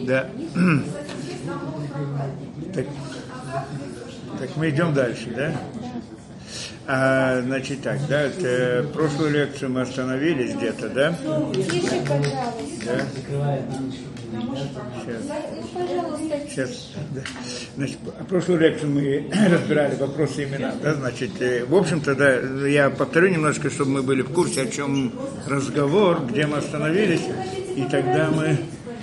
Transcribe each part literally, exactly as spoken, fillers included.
Да. Так, так мы идем дальше, да? А, значит так, да, это, прошлую лекцию мы остановились где-то, да? Тише, пожалуйста. Да? Сейчас. Сейчас, да. Значит, прошлую лекцию мы разбирали вопросы имена, да, значит, в общем-то, да, я повторю немножко, чтобы мы были в курсе, о чем разговор, где мы остановились, и тогда мы...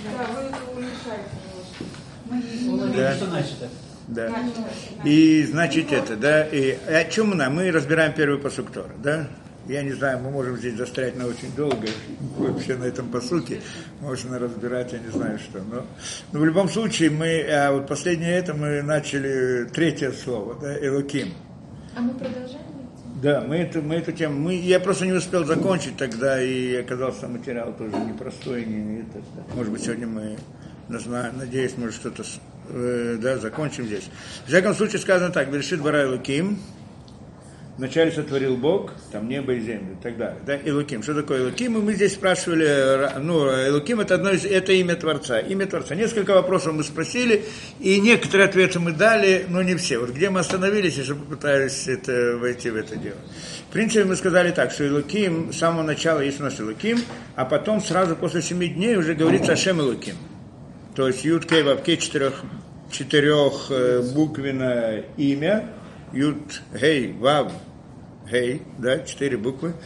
Да. Да. И, значит, это, да, и о чем мы, мы разбираем первый пасук Тора, да? Я не знаю, мы можем здесь застрять на очень долго, вообще на этом пасуке, можно разбирать, я не знаю что, но, но в любом случае мы, а вот последнее это мы начали третье слово, да, Элоким. А мы продолжаем? Да, мы эту, мы эту тему, мы, я просто не успел закончить тогда, и оказался материал тоже непростой, не, не это, да. Может быть, сегодня мы, не знаю, надеюсь, может что-то, э, да, закончим здесь. В всяком случае сказано так, Берешит bara Элоким, вначале сотворил Бог, там небо и землю и так далее, да, Элоким. Что такое Элоким? И мы здесь спрашивали, ну, Элоким это одно из, это имя Творца, имя Творца. Несколько вопросов мы спросили, и некоторые ответы мы дали, но не все. Вот где мы остановились, если попытались это, войти в это дело. В принципе, мы сказали так, что Элоким, с самого начала есть у нас Элоким, а потом сразу после семи дней уже говорится Ашем Элоким. То есть Юд Кей Вав Кей, четырех, четырех буквенное имя, Юд, Гей, Вав, Гей, да, четыре буквы.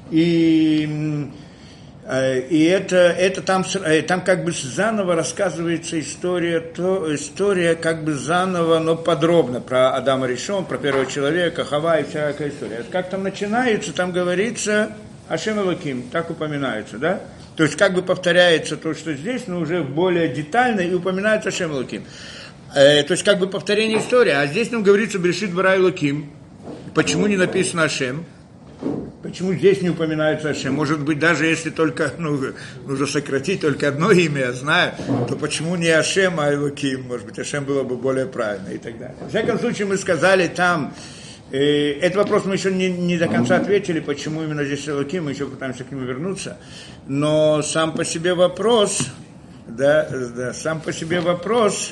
И, и это, это там, там как бы заново рассказывается история, то, история как бы заново, но подробно про Адама Ришон, про первого человека, Хава и всякая история. Как там начинается, там говорится Ашем Элоким, так упоминается, да? То есть как бы повторяется то, что здесь, но уже более детально и упоминается Ашем Элоким. Э, то есть как бы повторение истории. А здесь нам говорится Берешит bara Элоким. Почему не написано Ашем? Почему здесь не упоминается Ашем? Может быть, даже если только, ну, нужно сократить только одно имя, я знаю, то почему не Ашем, а Элоким? Может быть, Ашем было бы более правильно и так далее. В всяком случае, мы сказали там, э, этот вопрос мы еще не, не до конца ответили, почему именно здесь Элоким, мы еще пытаемся к нему вернуться. Но сам по себе вопрос, да, да сам по себе вопрос...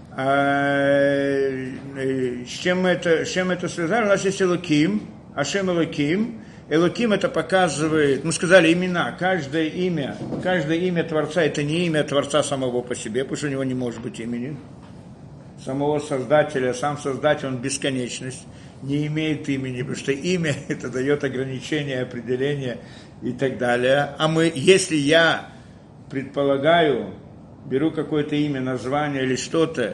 А, с чем это, с чем это связано? У нас есть Элоким, Ашем Элоким. Элоким это показывает, мы сказали имена, каждое имя, каждое имя Творца это не имя Творца самого по себе, потому что у него не может быть имени. Самого Создателя, сам Создатель, он бесконечность, не имеет имени, потому что имя это дает ограничения, определения и так далее. А мы, если я предполагаю, беру какое-то имя, название или что-то,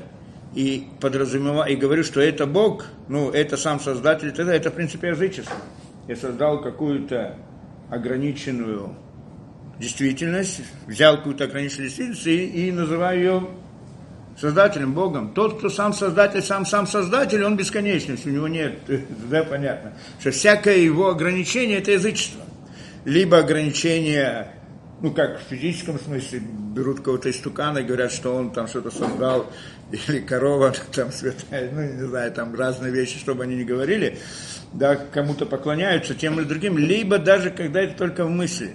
и подразумеваю, и говорю, что это Бог, ну, это сам Создатель, тогда это, в принципе, язычество. Я создал какую-то ограниченную действительность, взял какую-то ограниченную действительность и, и называю ее Создателем, Богом. Тот, кто сам Создатель, сам сам Создатель, он бесконечность, у него нет, да, понятно, что всякое его ограничение – это язычество. Либо ограничение... Ну, как в физическом смысле, берут кого-то истукана и говорят, что он там что-то создал, или корова там святая, ну, не знаю, там разные вещи, чтобы они не говорили, да, кому-то поклоняются, тем или другим, либо даже когда это только в мысли,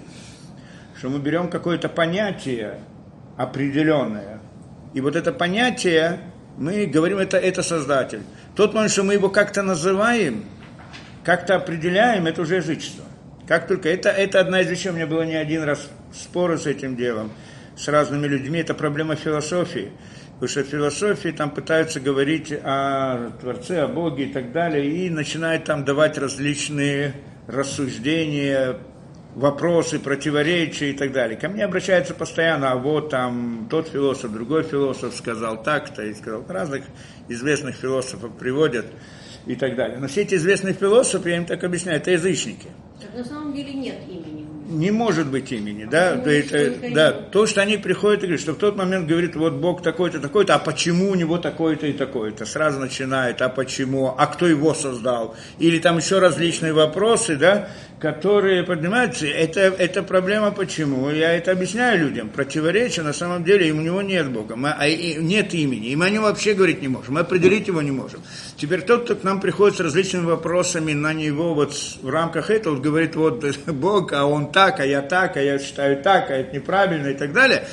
что мы берем какое-то понятие определенное, и вот это понятие, мы говорим, это, это Создатель. Тот момент, что мы его как-то называем, как-то определяем, это уже язычество. Как только это, это одна из вещей, у меня было не один раз споры с этим делом, с разными людьми, это проблема философии, потому что в философии там пытаются говорить о Творце, о Боге и так далее, и начинают там давать различные рассуждения, вопросы, противоречия и так далее. Ко мне обращаются постоянно, а вот там тот философ, другой философ сказал так-то, и сказал, разных известных философов приводят и так далее. Но все эти известные философы, я им так объясняю, это язычники. Так на самом деле нет имени. Не может быть имени, да, Ну, то, это, да, то, что они приходят и говорят, что в тот момент говорит, вот Бог такой-то, такой-то, а почему у него такой-то и такой-то, сразу начинает, а почему, а кто его создал, или там еще различные вопросы, да, которые поднимаются, это, это проблема почему, я это объясняю людям, противоречия на самом деле, и у него нет Бога, мы, а, и, нет имени, и мы о нем вообще говорить не можем, мы определить его не можем. Теперь тот, кто к нам приходит с различными вопросами на него вот в рамках этого, вот говорит, вот Бог, а он так, а я так, а я считаю так, а это неправильно и так далее,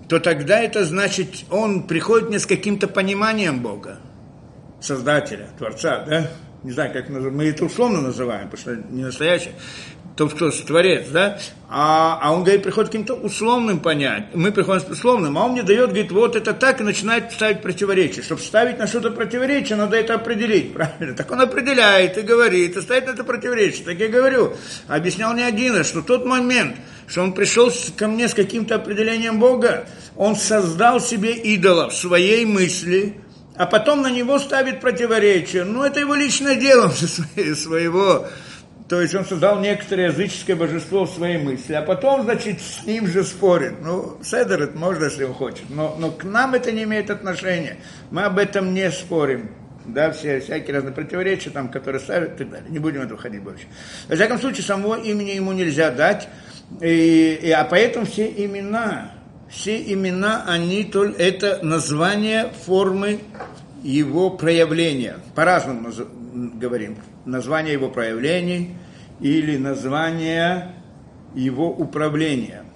то тогда это значит, он приходит не с каким-то пониманием Бога, Создателя, Творца, да? Не знаю, как называем, мы это условно называем, потому что не настоящий, тот, кто Творец, да? А, а он, говорит, приходит к каким-то условным понятиям. Мы приходим с условным, а он мне дает, говорит, вот это так, и начинает ставить противоречие. Чтобы ставить на что-то противоречие, надо это определить, правильно? Так он определяет и говорит, и ставит на это противоречие. Так я говорю, объяснял не один раз, что тот момент, что он пришел ко мне с каким-то определением Бога, он создал себе идола в своей мысли, а потом на него ставит противоречие. Ну, это его личное дело своего. То есть он создал некоторое языческое божество в своей мысли, а потом, значит, с ним же спорит. Ну, седер это можно, если он хочет, но, но к нам это не имеет отношения. Мы об этом не спорим. Да, все, всякие разные противоречия, там, которые ставят и так далее. Не будем в это входить больше. Во всяком случае, самого имени ему нельзя дать, и, и, а поэтому все имена, все имена, они только это название формы его проявления. По-разному наз... говорим. Название его проявлений или название его управления.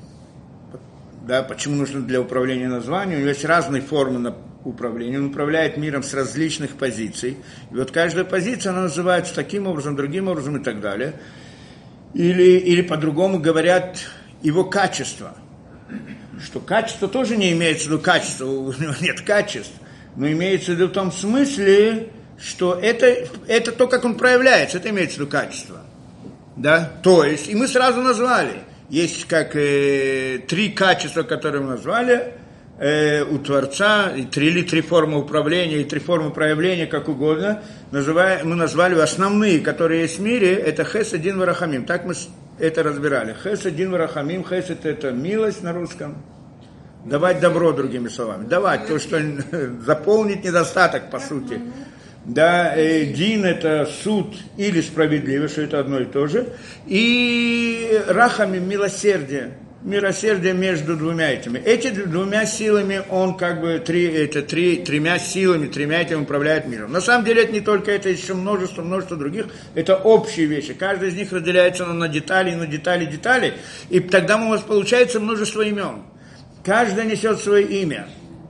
Да, почему нужно для управления название? У него есть разные формы на управления. Он управляет миром с различных позиций. И вот каждая позиция, она называется таким образом, другим образом и так далее. Или, или по-другому говорят его качество. Что качество тоже не имеется в виду качество, у него нет качеств. Но имеется в виду в том смысле, что это, это то, как он проявляется, это имеется в виду качество. Да? То есть, и мы сразу назвали, есть как э, три качества, которые мы назвали, э, у Творца, и три, или три формы управления, и три формы проявления, как угодно, называя, мы назвали основные, которые есть в мире, это хесед, дин, варахамим. Так мы это разбирали. Хесед, дин, варахамим, хесед это милость на русском. Давать добро, другими словами. Давать то, что заполнить недостаток, по сути. Да, э, дин это суд или справедливость, что это одно и то же. И рахамим милосердие. Милосердие между двумя этими. Эти двумя силами он как бы три, это три, тремя силами, тремя этими управляет миром. На самом деле это не только это, еще множество, множество других. Это общие вещи. Каждый из них разделяется на детали, на детали, детали. И тогда у вас получается множество имен. Каждый несет свое имя.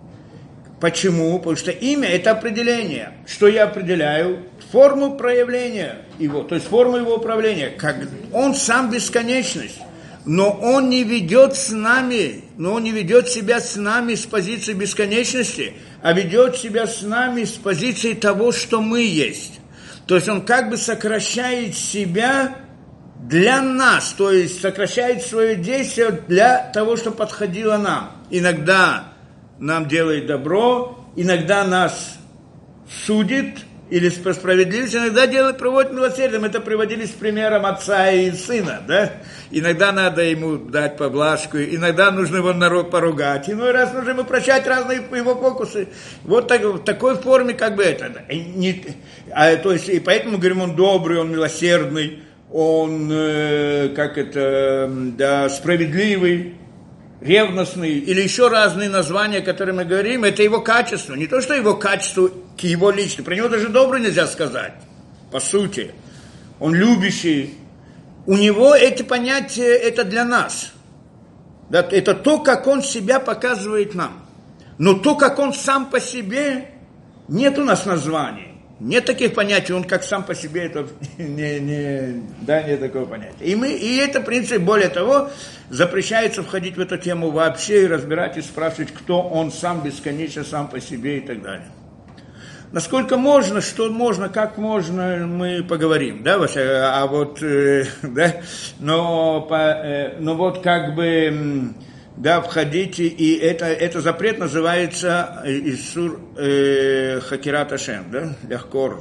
Почему? Потому что имя – это определение. Что я определяю? Форму проявления его, то есть форму его управления. Как он сам бесконечность, но он не ведет с нами, но он не ведет себя с нами с позиции бесконечности, а ведет себя с нами с позиции того, что мы есть. То есть он как бы сокращает себя для нас, то есть сокращает свое действие для того, что подходило нам. Иногда нам делает добро, иногда нас судит или по справедливости, иногда делает, проводит милосердием. Это приводились с примером отца и сына, да? Иногда надо ему дать поблажку, иногда нужно его народ поругать, иной раз нужно ему прощать разные его фокусы. Вот так, в такой форме как бы это. Не, а, то есть, и поэтому говорим, он добрый, он милосердный, он, э, как это, да, справедливый, ревностный, или еще разные названия, которые мы говорим, это его качество. Не то, что его качество к его личности. Про него даже добрый нельзя сказать, по сути. Он любящий. У него эти понятия, это для нас. Да, это то, как он себя показывает нам. Но то, как он сам по себе, нет у нас названий. Нет таких понятий, он как сам по себе, это не, не, да, нет такого понятия. И, мы, и это, в принципе, более того, запрещается входить в эту тему вообще и разбирать, и спрашивать, кто он сам бесконечно, сам по себе и так далее. Насколько можно, что можно, как можно, мы поговорим, да, а вот, э, да, но, по, э, но вот как бы... Да, входите, и это, это запрет называется Исур э, Хакират Ашем, да, Лягкор,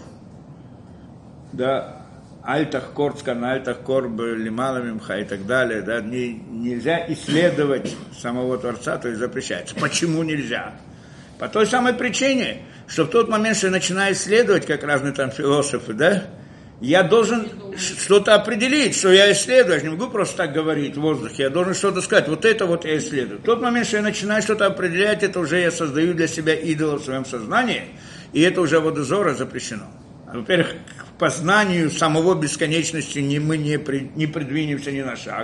да, Альтахкор, сказано, Альтахкор, Лималамимха и так далее, да, не, нельзя исследовать самого Творца, то есть запрещается. Почему нельзя? По той самой причине, что в тот момент, что я начинаю исследовать, как разные там философы, да, я должен что-то определить, что я исследую. Я не могу просто так говорить в воздухе. Я должен что-то сказать. Вот это вот я исследую. В тот момент, что я начинаю что-то определять, это уже я создаю для себя идола в своем сознании. И это уже водозора запрещено. Во-первых, к познанию самого бесконечности не, мы не, при, не придвинемся ни на шаг.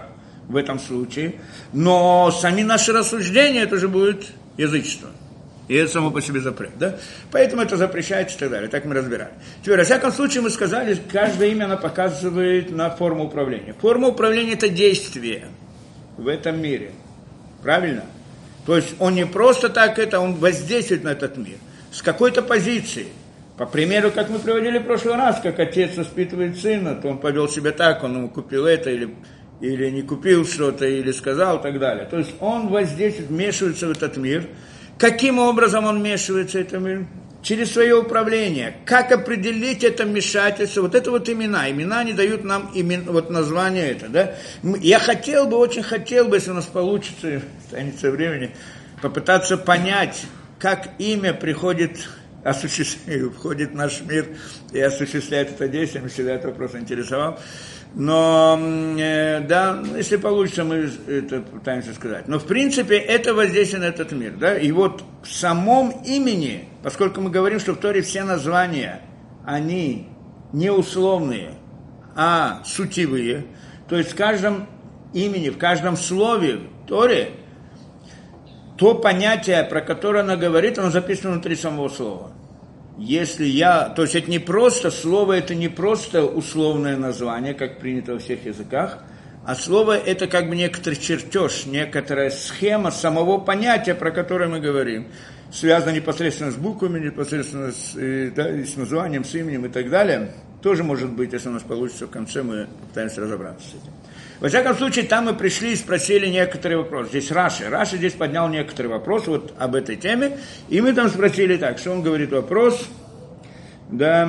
в этом случае, но сами наши рассуждения, это же будет язычество. И это само по себе запрет, да? Поэтому это запрещается и так далее. Так мы разбираем. Теперь, во всяком случае, мы сказали, каждое имя, оно показывает на форму управления. Форма управления – это действие в этом мире. Правильно? То есть он не просто так это, он воздействует на этот мир. С какой-то позиции. По примеру, как мы приводили в прошлый раз, как отец воспитывает сына, то он повел себя так, он ему купил это или, или не купил что-то, или сказал и так далее. То есть он воздействует, вмешивается в этот мир. Каким образом он вмешивается в этот мир? Через свое управление. Как определить это вмешательство? Вот это вот имена. Имена, они дают нам имен, вот название это. Да? Я хотел бы, очень хотел бы, если у нас получится, останется времени, попытаться понять, как имя приходит, осуществляет, входит в наш мир и осуществляет это действие. Меня всегда этот вопрос интересовал. Но, э, да, если получится, мы это пытаемся сказать. Но, в принципе, это воздействие на этот мир, да. И вот в самом имени, поскольку мы говорим, что в Торе все названия, они не условные, а сутевые, то есть в каждом имени, в каждом слове в Торе, то понятие, про которое она говорит, оно записано внутри самого слова. Если я, то есть это не просто, слово это не просто условное название, как принято во всех языках, а слово это как бы некоторый чертеж, некоторая схема самого понятия, про которое мы говорим, связано непосредственно с буквами, непосредственно с, да, с названием, с именем и так далее. Тоже может быть, если у нас получится в конце, мы пытаемся разобраться с этим. Во всяком случае, там мы пришли и спросили некоторые вопросы. Здесь Раши. Раши здесь поднял некоторые вопросы вот об этой теме. И мы там спросили так, что он говорит вопрос. Да.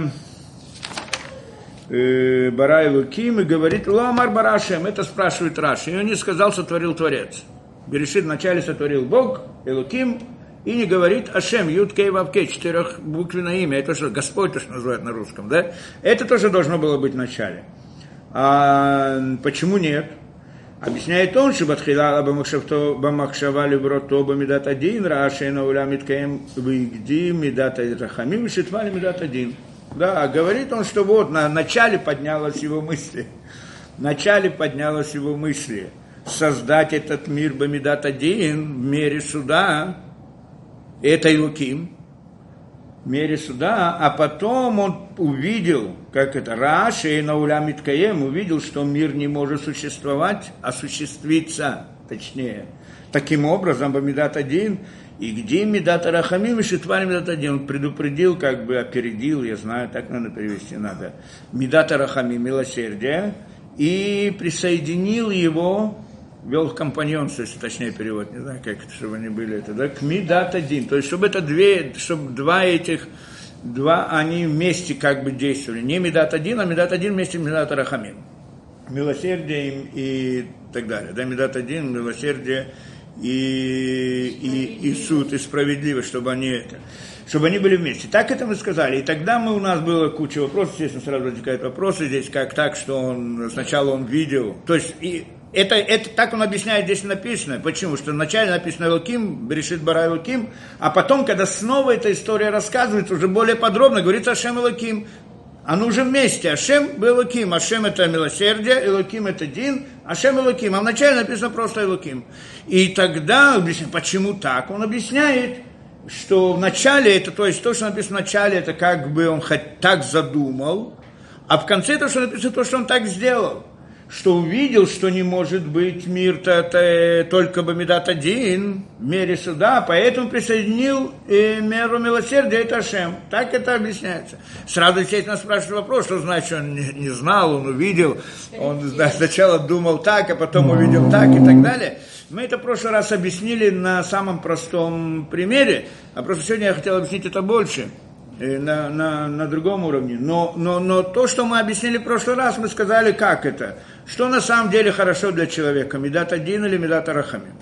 Э, Бара Элоким и говорит, Ламар Барашем. Это спрашивает Раши. И он не сказал, сотворил Творец. Берешит вначале сотворил Бог, Элоким. И не говорит Ашем, Юд Кей Вав Кей, четырехбуквенное имя. Это что, Господь то, что называют на русском, да? Это тоже должно было быть в начале. А почему нет? Объясняет он, что Батхилала Бамахшава Леврото Бамидат Один, Рашена Уля Миткаем Вигди, Мидат Рахамим, Шитвали Мидат Один. Да, говорит он, что вот на начале поднялась его мысли. В начале поднялась его мысли. Создать этот мир Бамидат Один в мире суда. Это Илуким. В мире суда, а потом он увидел, как это, Раши и Науля Миткаем, увидел, что мир не может существовать, осуществиться, точнее. Таким образом, Бамидат один, и где Мидат Рахамим, и Шитвали Мидат один, он предупредил, как бы опередил, я знаю, так надо перевести надо, Мидат Рахамим, милосердие, и присоединил его, вел в компаньонство, если точнее перевод, не знаю, как это, чтобы они были, это, да, к Мидат один, то есть, чтобы это две, чтобы два этих, два, они вместе как бы действовали, не Мидат один, а Мидат один вместе с Мидат Рахамим, милосердие и, и так далее, да, Мидат один, милосердие и, и, и суд, и справедливость, чтобы они это, чтобы они были вместе. Так это мы сказали. И тогда мы, у нас была куча вопросов, естественно, сразу возникают вопросы здесь, как так, что он, сначала он видел, то есть, и Это, это так он объясняет, здесь написано. Почему? Что вначале написано Элоким, Берешит Бара Элоким, а потом, когда снова эта история рассказывается, уже более подробно, говорится Ашем Элоким. Они уже вместе. Ашем Элоким. Ашем это милосердие, Элоким это Дин, Ашем Элоким. А вначале написано просто Элоким. И тогда, почему так? Он объясняет, что вначале это, то есть то, что написано в начале, это как бы он хоть так задумал, а в конце то, что написано, то, что он так сделал. Что увидел, что не может быть мир-то только Бамидат один в мире суда, поэтому присоединил э, меру милосердия, это Ашем. Так это объясняется. Сразу, естественно, спрашивает вопрос, что значит, он не, не знал, он увидел, он да, сначала думал так, а потом увидел так и так далее. Мы это в прошлый раз объяснили на самом простом примере, а просто сегодня я хотел объяснить это больше. На, на, на другом уровне. Но, но, но то, что мы объяснили в прошлый раз, мы сказали, как это. Что на самом деле хорошо для человека. Мидат один или Мидат Рахамим?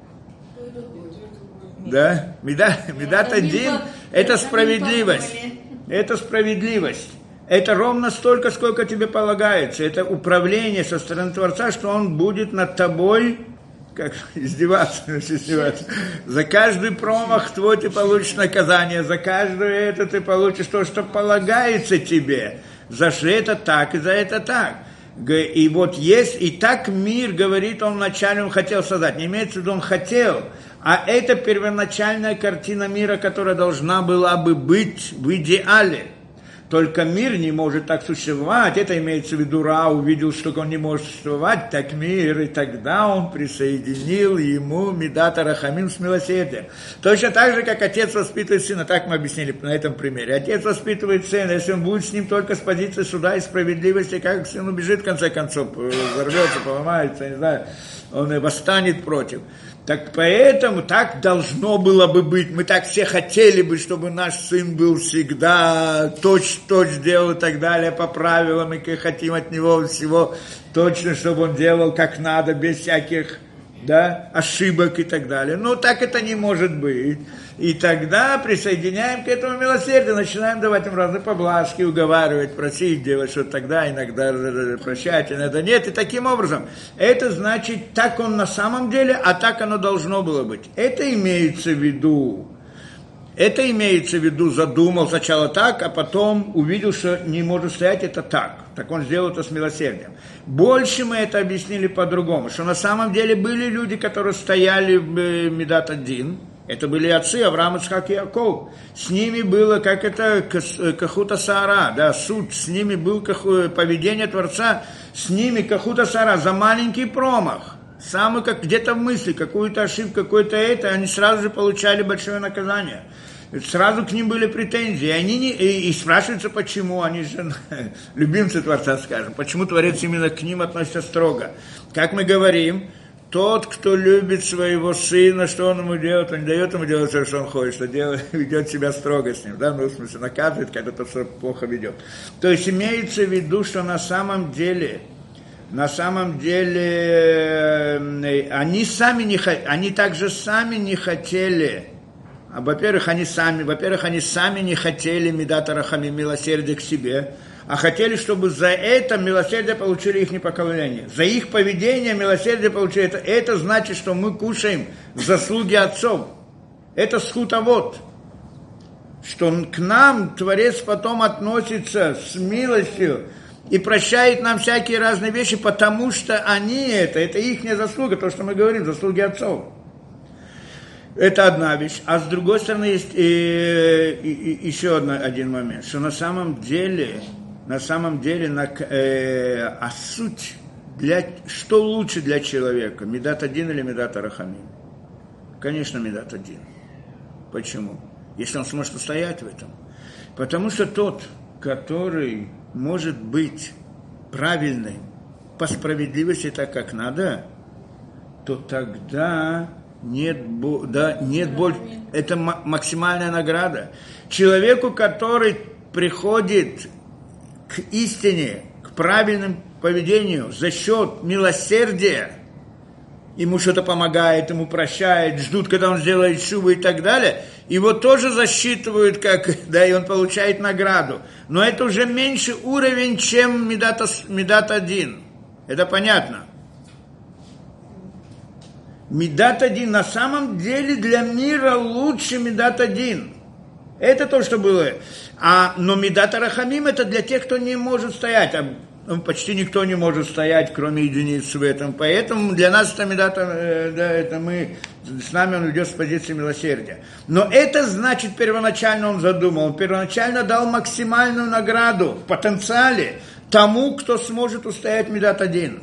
Да? Мидат, Мидат один – это справедливость. Это справедливость. Это ровно столько, сколько тебе полагается. Это управление со стороны Творца, что он будет над тобой... Как издеваться, издеваться. За каждый промах твой ты получишь наказание, за каждое это ты получишь то, что полагается тебе. За что это так и за это так. И вот есть, и так мир, говорит он вначале, он хотел создать. Не имеется в виду, он хотел, а это первоначальная картина мира, которая должна была бы быть в идеале. Только мир не может так существовать, это имеется в виду, Ра увидел, что он не может существовать, так мир, и тогда он присоединил ему Мидат Рахамим с милосердием. Точно так же, как отец воспитывает сына, так мы объяснили на этом примере. Отец воспитывает сына, если он будет с ним только с позиции суда и справедливости, как сын убежит в конце концов, взорвется, поломается, не знаю, он и восстанет против. Так поэтому так должно было бы быть. Мы так все хотели бы, чтобы наш сын был всегда точь-в-точь делал и так далее, по правилам, и хотим от него всего точно, чтобы он делал как надо, без всяких, да, ошибок и так далее. Но так это не может быть. И тогда присоединяем к этому милосердию, начинаем давать им разные поблажки, уговаривать, просить, делать что-то тогда, иногда прощать, иногда нет. И таким образом, это значит, так он на самом деле, а так оно должно было быть. Это имеется в виду. Это имеется в виду, задумал сначала так, а потом увидел, что не может стоять это так. Так он сделал это с милосердием. Больше мы это объяснили по-другому, что на самом деле были люди, которые стояли в Мидат один. Это были отцы Авраам, Ицхак и Яков. С ними было, как это, кахута саара, да, суд. С ними был поведение Творца, с ними кахута саара за маленький промах. Самый, как где-то в мысли, какую-то ошибку, какое-то это, они сразу же получали большое наказание. Сразу к ним были претензии. Они не, и, и спрашивается, почему. Они же любимцы Творца, скажем. Почему Творец именно к ним относится строго. Как мы говорим, тот, кто любит своего сына, что он ему делает, он не дает ему делать все, что он хочет, что делает, ведет себя строго с ним, да, ну, в смысле, наказывает, когда тот что плохо ведет. То есть имеется в виду, что на самом деле, на самом деле, они сами не хотели, они также сами не хотели, а, во-первых, они сами, во-первых, они сами не хотели Мидат Рахамим, милосердия к себе, а хотели, чтобы за это милосердие получили их непоклонение. За их поведение милосердие получили. Это, это значит, что мы кушаем заслуги отцов. Это схутовод. Что к нам Творец потом относится с милостью и прощает нам всякие разные вещи, потому что они это, это их заслуга, то, что мы говорим, заслуги отцов. Это одна вещь. А с другой стороны, есть и, и, и еще одна, один момент, что на самом деле... На самом деле, на, э, а суть, для, что лучше для человека, Мидат один или Мидат Рахамим? Конечно, Мидат один. Почему? Если он сможет устоять в этом. Потому что тот, который может быть правильным, по справедливости так, как надо, то тогда нет, да, нет больше, это максимальная награда. Человеку, который приходит к истине, к правильному поведению за счет милосердия, ему что-то помогает, ему прощает, ждут, когда он сделает шубу и так далее, его тоже засчитывают, как, да, и он получает награду. Но это уже меньше уровень, чем Мидат, Мидат один. Это понятно. Мидат один на самом деле для мира лучше Мидат один. Это то, что было. А, но Мидат Рахамим это для тех, кто не может стоять. А, ну, почти никто не может стоять, кроме единиц в этом. Поэтому для нас это Мидат, э, да, это мы, с нами он идет с позиции милосердия. Но это значит, первоначально он задумал. Он первоначально дал максимальную награду в потенциале тому, кто сможет устоять Мидат один.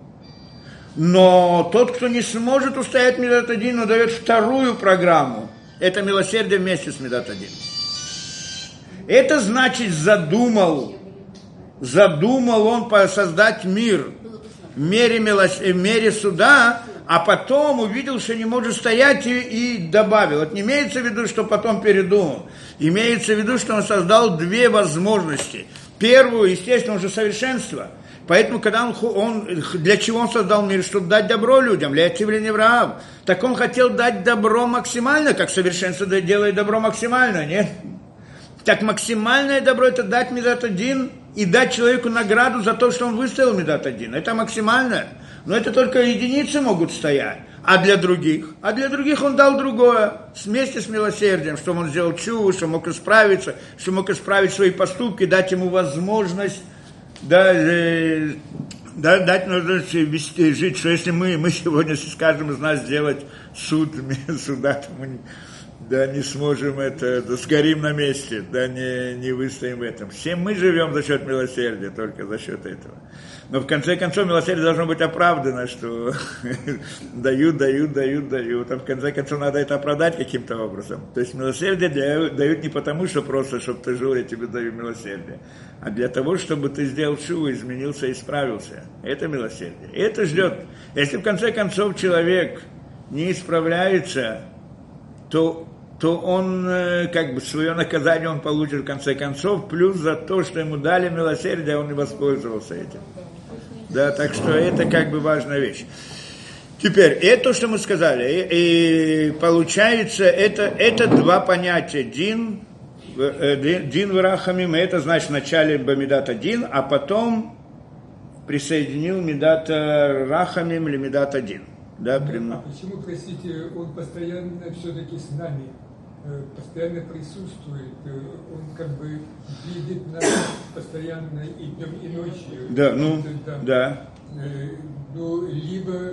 Но тот, кто не сможет устоять Мидат один, он дает вторую программу. Это милосердие вместе с Мидат один. Это значит, задумал, задумал он создать мир в мере, милос... в мере суда, а потом увидел, что не может стоять и, и добавил. Это не имеется в виду, что потом передумал. Имеется в виду, что он создал две возможности. Первую, естественно, уже совершенство. Поэтому, когда он, он, для чего он создал мир? Чтобы дать добро людям, для этого или не Авраам. Так он хотел дать добро максимально, как совершенство делает добро максимально, нет? Так максимальное добро это дать Мидат один и дать человеку награду за то, что он выставил Мидат один. Это максимальное. Но это только единицы могут стоять. А для других? А для других он дал другое. Вместе с милосердием, что он сделал чуву, что мог исправиться, что мог исправить свои поступки, дать ему возможность, да, Да, дать нужно вести, жить, что если мы, мы сегодня с каждым из нас сделать суд, суда, то мы да, не сможем это, да, сгорим на месте, да, не, не выстоим в этом. Все мы живем за счет милосердия, только за счет этого. Но в конце концов милосердие должно быть оправдано, что дают, дают, дают, дают. А в конце концов надо это оправдать каким-то образом. То есть милосердие дают, дают не потому, что просто, чтобы ты жил, я тебе даю милосердие, а для того, чтобы ты сделал шуву, изменился и исправился. Это милосердие. И это ждет. Если в конце концов человек не исправляется, то, то он, как бы, свое наказание он получит в конце концов, плюс за то, что ему дали милосердие, он не воспользовался этим. Да, так что это как бы важная вещь. Теперь, это то, что мы сказали, и, и получается, это, это два понятия. Дин, дин врахамим, это значит вначале бамидата дин, а потом присоединил медата рахамим или медата дин. Да, а прямо. почему, простите, он постоянно все-таки с нами, постоянно присутствует, он как бы видит нас постоянно и днем, и ночью. Да, ну, да. да. Ну, либо,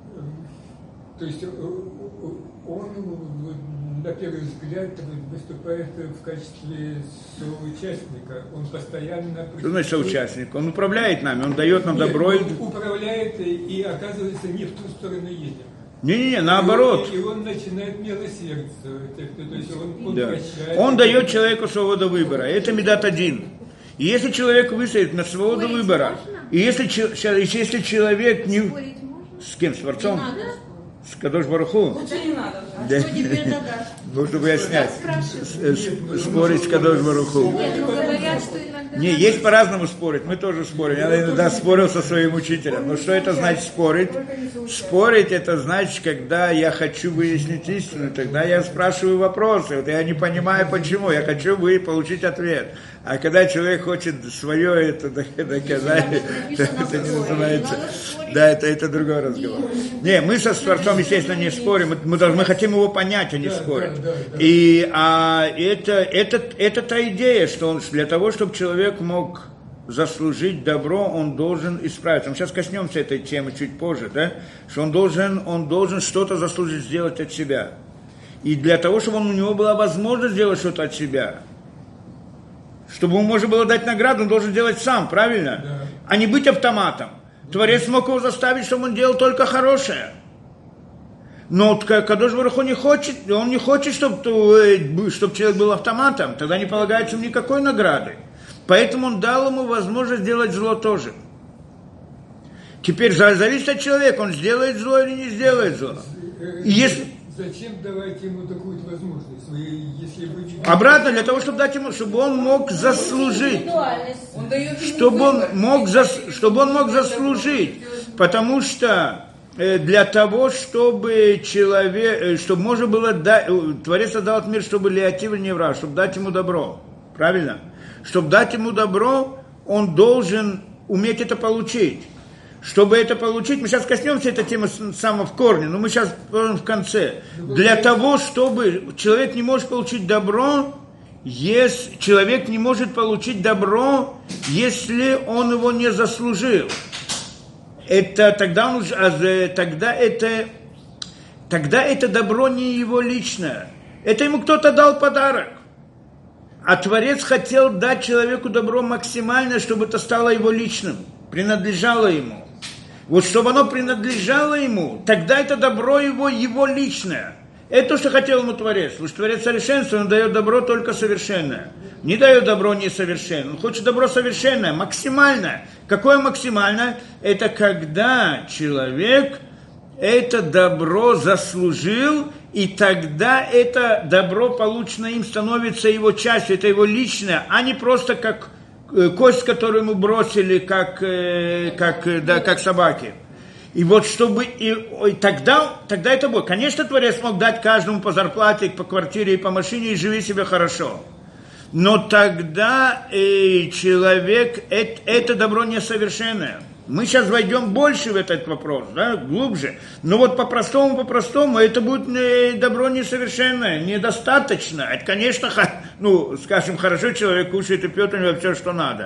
то есть он, на первый взгляд, выступает в качестве соучастника, он постоянно... Что значит соучастник? Он управляет нами, он дает нам Нет, добро. Он управляет и, оказывается, не в ту сторону едем. Не-не-не, наоборот. И, и он начинает милосердствовать, то есть он, он Да. прощает. Он дает человеку свободу выбора. Это медат один. И если человек выстоит на свободу Спорить выбора, можно? и если, если человек не... Спорить можно? С кем? С Творцом? Не надо. С Кадош Баруху? Лучше не надо. Да. Что тебе это даст? Нужно выяснять. Спрашиваю. С- с- Спорить с Кадош Баруху. Нет, ну говорят, что иногда... Не, есть по-разному спорить, мы тоже спорим. Я иногда спорил со своим учителем. Но что это значит спорить? Спорить это значит, когда я хочу выяснить истину, тогда я спрашиваю вопросы. Вот я не понимаю почему, я хочу вы получить ответ. А когда человек хочет свое это доказать, это не называется. Да, это, это другой разговор. Не, мы со Творцом, естественно, не спорим. Мы, мы, должны, мы хотим его понять, а не спорить. И а, это, это, это та идея, что он, для того, чтобы человек мог заслужить добро, он должен исправиться. Мы сейчас коснемся этой темы чуть позже, да? Что он должен, он должен что-то заслужить сделать от себя. И для того, чтобы он, у него была возможность сделать что-то от себя, чтобы ему можно было дать награду, он должен делать сам, правильно? Да. А не быть автоматом. Творец мог его заставить, чтобы он делал только хорошее. Но Кадош Барух Ху не хочет, он не хочет, чтобы, чтобы человек был автоматом, тогда не полагается ему никакой награды. Поэтому он дал ему возможность делать зло тоже. Теперь зависит от человека, он сделает зло или не сделает зло. И если... Зачем давать ему такую возможность, если вы... Обратно, для того, чтобы дать ему, чтобы он мог заслужить. Он дает ему Чтобы он, выбор. мог зас, чтобы он мог заслужить. Потому что э, для того, чтобы человек, э, чтобы можно было дать, э, Творец отдал этот мир, чтобы леатив не враг, чтобы дать ему добро. Правильно? Чтобы дать ему добро, он должен уметь это получить. Чтобы это получить, мы сейчас коснемся этой темы самого в корне, но мы сейчас в конце. Для того, чтобы человек не может получить добро, если человек не может получить добро, если он его не заслужил. Это тогда он, тогда это, тогда это добро не его личное. Это ему кто-то дал подарок. А Творец хотел дать человеку добро максимально, чтобы это стало его личным, принадлежало ему. Вот чтобы оно принадлежало ему, тогда это добро его, его личное. Это то, что хотел ему Творец. Потому что Творец совершенство, он дает добро только совершенное. Не дает добро несовершенное. Он хочет добро совершенное, максимальное. Какое максимальное? Это когда человек это добро заслужил, и тогда это добро, полученное им, становится его частью, это его личное, а не просто как кость, которую ему бросили, как, как, да, как собаки. И вот чтобы... И, и тогда, тогда это будет. Конечно, Творец мог дать каждому по зарплате, по квартире и по машине, и живи себе хорошо. Но тогда э, человек... Это, это добро несовершенное. Мы сейчас войдем больше в этот вопрос, да, глубже. Но вот по-простому, по-простому, это будет не, добро несовершенное, недостаточно. Это, конечно, ну, скажем, хорошо человек кушает и пьет у него все, что надо.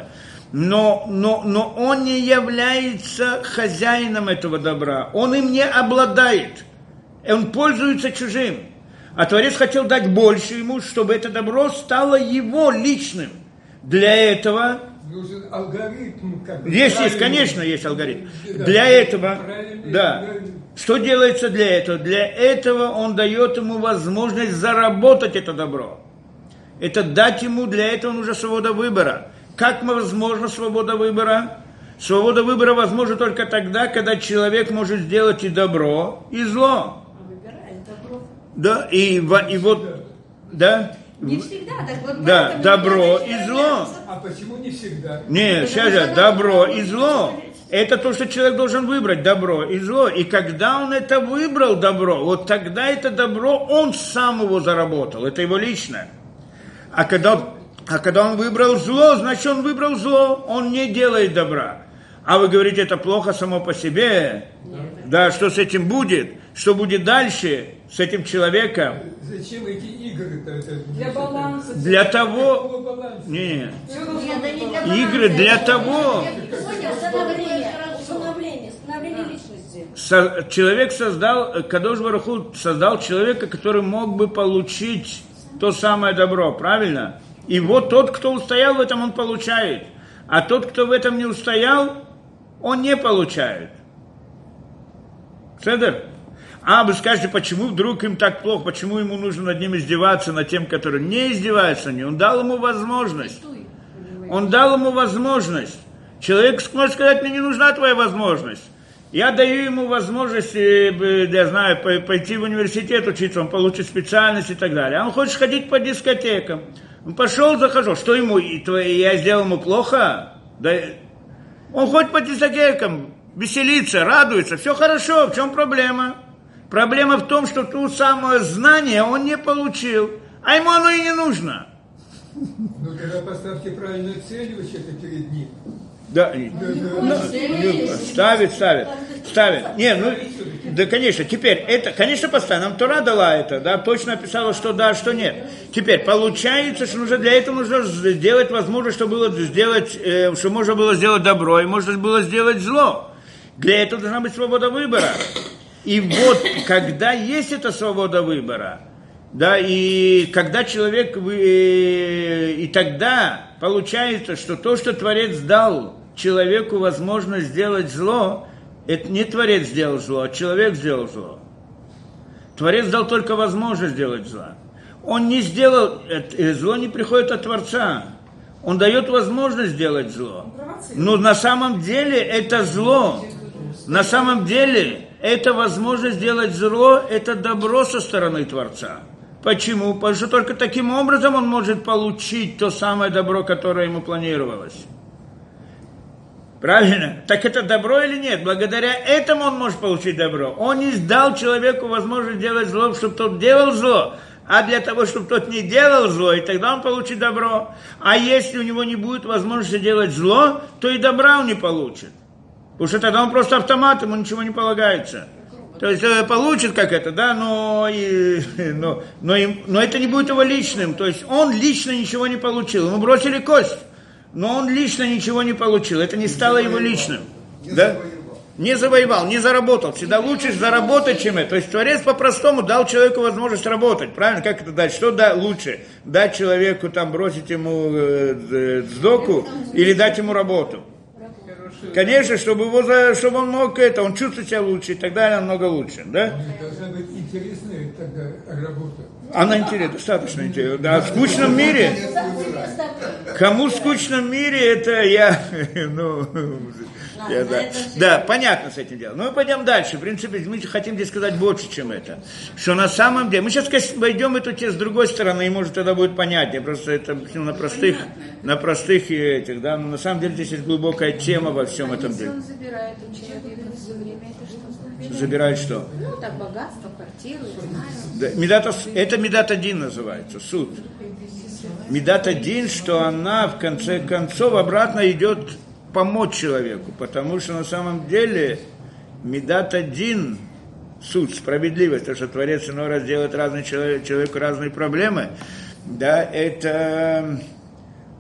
но, но, но он не является хозяином этого добра, он им не обладает, он пользуется чужим. А Творец хотел дать больше ему, чтобы это добро стало его личным. Для этого... Нужен алгоритм. Как есть, есть, конечно, есть алгоритм. Да, для этого... Да. Алгоритм. Что делается для этого? Для этого он дает ему возможность заработать это добро. Это дать ему, для этого нужна свобода выбора. Как возможна свобода выбора? Свобода выбора возможна только тогда, когда человек может сделать и добро, и зло. Да, и, и вот, да. Не всегда, так вот. Да, добро и зло. А почему не всегда? Нет, сейчас же, добро и зло. Это то, что человек должен выбрать, добро и зло. И когда он это выбрал, добро, вот тогда это добро, он сам его заработал, это его личное. А когда, а когда он выбрал зло, значит, он выбрал зло, он не делает добра. А вы говорите, это плохо само по себе. Нет. Да, что с этим будет? Что будет дальше с этим человеком? Зачем эти игры-то? Для баланса. Для того... Нет. Игры для того... Становление, становление личности. Со, человек создал, Кадош Барух Ху создал человека, который мог бы получить то самое добро, правильно? И вот тот, кто устоял в этом, он получает. А тот, кто в этом не устоял, он не получает. Седер? А вы скажете, почему вдруг им так плохо, почему ему нужно над ним издеваться, над тем, который не издевается над ним? Он дал ему возможность. Он дал ему возможность. Человек может сказать, мне не нужна твоя возможность. Я даю ему возможность, я знаю, пойти в университет учиться, он получит специальность и так далее. А он хочет ходить по дискотекам. Он пошел, захожу. Что ему, я сделал ему плохо? Да, он ходит по дискотекам, веселится, радуется, все хорошо, в чем проблема? Проблема в том, что ту самое знание он не получил, а ему оно и не нужно. Ну тогда поставьте правильную цель вообще-то перед ним. Да, ну, ставит, ставит, ставит. Не, ну, да, конечно, теперь, это, конечно, поставим, нам Тора дала это, да, точно описала, что да, что нет. Теперь, получается, что нужно, для этого нужно сделать возможность, что было сделать, э, что можно было сделать добро, и можно было сделать зло. Для этого должна быть свобода выбора. И вот, когда есть эта свобода выбора, да, и когда человек, и тогда получается, что то, что Творец дал человеку возможность сделать зло, это не Творец сделал зло, а человек сделал зло. Творец дал только возможность сделать зло. Он не сделал, зло не приходит от Творца. Он дает возможность сделать зло. Но на самом деле это зло. На самом деле это возможность сделать зло, это добро со стороны Творца. Почему? Потому что только таким образом он может получить то самое добро, которое ему планировалось. Правильно? Так это добро или нет? Благодаря этому он может получить добро. Он не дал человеку возможность делать зло, чтобы тот делал зло, а для того, чтобы тот не делал зло, и тогда он получит добро. А если у него не будет возможности делать зло, то и добра он не получит. Потому что тогда он просто автомат, ему ничего не полагается. То есть получит как это, да, но, и, но, но, им, но это не будет его личным. То есть он лично ничего не получил. Ему бросили кость, но он лично ничего не получил. Это не стало его личным. Не да? завоевал. Не завоевал, не заработал. Всегда лучше заработать, чем это. То есть Творец по-простому дал человеку возможность работать. Правильно? Как это дать? Что да, лучше? Дать человеку, там, бросить ему э, сдоку или дать ему работу? Конечно, чтобы, его, чтобы он мог это, он чувствует себя лучше и так далее, намного лучше, да? Должна быть интересная тогда работа. Она интересна, достаточно интересна. Да, в скучном мире, кому в скучном мире, это я, ну, я, да. Да, понятно с этим делом. Но мы пойдем дальше. В принципе, мы хотим здесь сказать больше, чем это. Что на самом деле, мы сейчас, конечно, войдем эту тему с другой стороны, и может тогда будет понятнее. Просто это на простых, на простых этих, да, но на самом деле здесь есть глубокая тема во всем этом деле. Он забирает у человека все время, это что значит? Забирает что? Ну, так, богатство, квартиру, я знаю. Да, медат, это Медат один называется, суд. Медат один, что она в конце концов обратно идет помочь человеку, потому что на самом деле Медат один, суд, справедливость, то, что Творец иной раз делает разный человек, человеку разные проблемы, да, это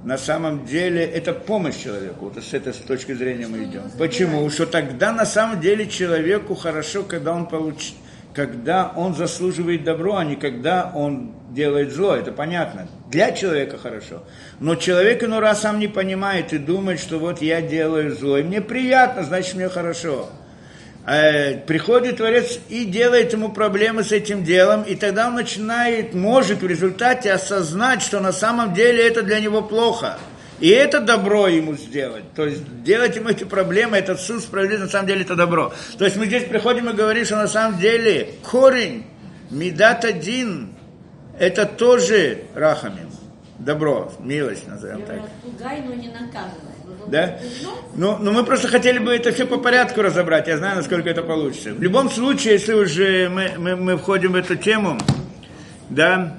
на самом деле это помощь человеку. Вот с этой точки зрения мы идем. Почему? Что тогда на самом деле человеку хорошо, когда он получит, когда он заслуживает добро, а не когда он делает зло. Это понятно. Для человека хорошо. Но человек иной раз сам не понимает и думает, что вот я делаю зло, и мне приятно, значит мне хорошо. Приходит Творец и делает ему проблемы с этим делом, и тогда он начинает, может в результате осознать, что на самом деле это для него плохо. И это добро ему сделать. То есть делать ему эти проблемы, этот суд справедливости, на самом деле это добро. То есть мы здесь приходим и говорим, что на самом деле корень мидат один, это тоже рахамим. Добро, милость, назовем так. Пугай, но не наказывай. Да? Ну, ну, мы просто хотели бы это все по порядку разобрать. Я знаю, насколько это получится. В любом случае, если уже мы, мы, мы входим в эту тему, да,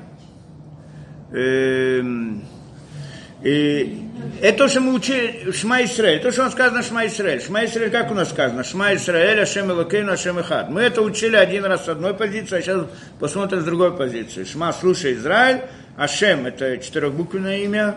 э, э, это то, что мы учили Шма Исраэль, то, что он сказано Шма Исраэль. Шма Исраэль, как у нас сказано? Шма Исраэль, Ашем Элокейну, Ашем Эхад. Мы это учили один раз с одной позиции, а сейчас посмотрим с другой позиции. Шма, слушай, Израиль, Ашем, это четырехбуквенное имя,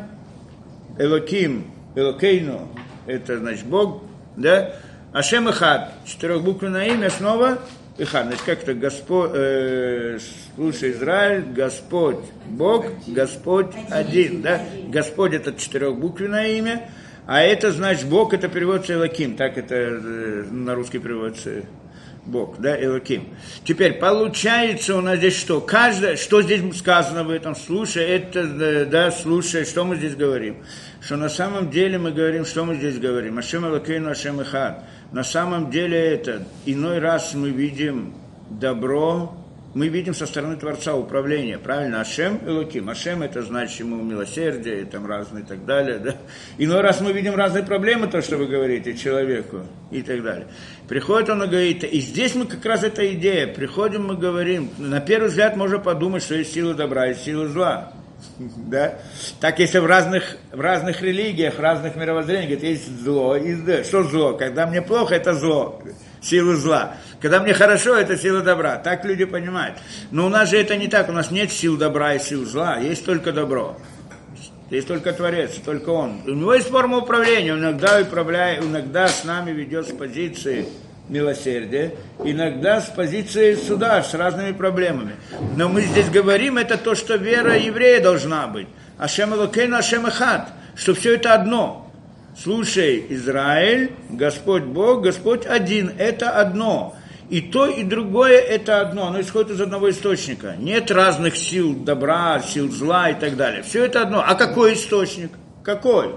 Элоким, Элокейну, это значит Бог, да? Ашем Эхад, четырехбуквенное имя, снова Эхад. Значит, как это Господь, э, слушай, Израиль, Господь, Бог, Господь один, да? Господь это четырехбуквенное имя, а это значит Бог, это переводится Элоким, так это э, на русский переводится Бог, да, Элоким. Теперь, получается у нас здесь что? Каждое, что здесь сказано в этом, слушай, это, да, слушай, что мы здесь говорим? Что на самом деле мы говорим, что мы здесь говорим? Ашем Элокейну, Ашем Эхад. На самом деле это, иной раз мы видим добро, мы видим со стороны Творца управление, правильно? Ашем Элоким. Ашем это значит ему милосердие, и там разные и так далее, да? Иной раз мы видим разные проблемы, то, что вы говорите человеку, и так далее. Приходит он и говорит, и здесь мы как раз эта идея, приходим, мы говорим, на первый взгляд можно подумать, что есть сила добра, есть сила зла. Да? Так если в разных, в разных религиях, в разных мировоззрениях есть зло и зло. Что зло? Когда мне плохо, это зло, сила зла. Когда мне хорошо, это сила добра. Так люди понимают. Но у нас же это не так. У нас нет сил добра и сил зла. Есть только добро. Есть только Творец, только Он. У него есть форма управления. Он иногда управляет, иногда с нами ведет с позиции милосердия, иногда с позиции суда, с разными проблемами. Но мы здесь говорим, это то, что вера еврея должна быть. Ашем Элокейну, Ашем Эхад, что все это одно. Слушай, Израиль, Господь Бог, Господь один, это одно. И то, и другое это одно, оно исходит из одного источника. Нет разных сил добра, сил зла и так далее. Все это одно. А какой источник? Какой?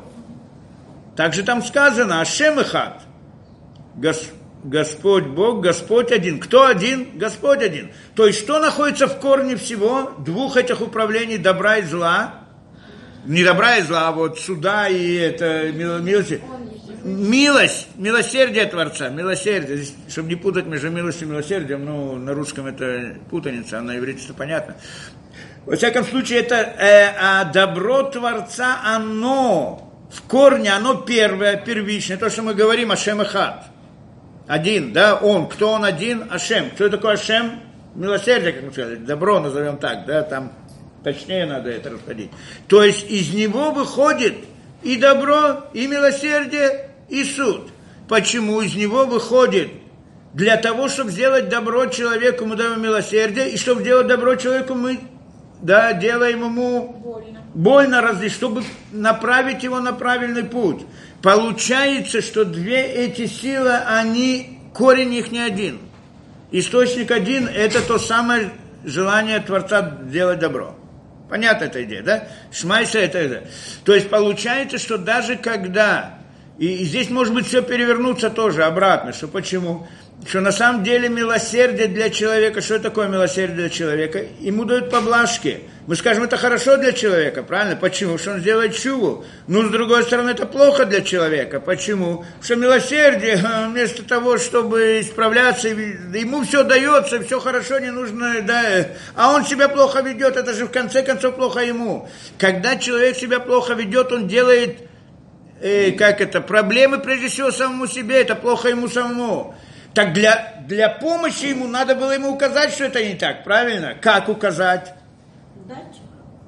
Также там сказано, Ашем Эхад, Господь. Господь Бог, Господь один. Кто один? Господь один. То есть, что находится в корне всего двух этих управлений добра и зла? Не добра и зла, а вот суда и это милость. Милость, милосердие Творца, милосердие. Здесь, чтобы не путать между милостью и милосердием, ну, на русском это путаница, а на иврите это понятно. Во всяком случае, это э, а добро Творца, оно в корне, оно первое, первичное. То, что мы говорим, Ашем Эхад. Один, да, он. Кто он один? Ашем. Кто такое Ашем? Милосердие, как мы сказали. Добро назовем так, да, там точнее надо это расходить. То есть из него выходит и добро, и милосердие, и суд. Почему из него выходит? Для того, чтобы сделать добро человеку, мы даем милосердие, и чтобы сделать добро человеку, мы, да, делаем ему больно, больно разве, чтобы направить его на правильный путь. Получается, что две эти силы, они, корень их не один. Источник один, это то самое желание Творца делать добро. Понятна эта идея, да? Шмайса это, это. То есть получается, что даже когда, и, и здесь может быть все перевернуться тоже обратно, что почему? Что на самом деле милосердие для человека, что такое милосердие для человека? Ему дают поблажки. Мы скажем, это хорошо для человека, правильно? Почему? Что он сделает чуву. Но с другой стороны, это плохо для человека. Почему? Что милосердие, вместо того, чтобы исправляться, ему все дается, все хорошо, не нужно, да, а он себя плохо ведет, это же в конце концов плохо ему. Когда человек себя плохо ведет, он делает, э, как это, проблемы прежде всего самому себе, это плохо ему самому. Так для, для помощи ему надо было ему указать, что это не так, правильно? Как указать? Датчик.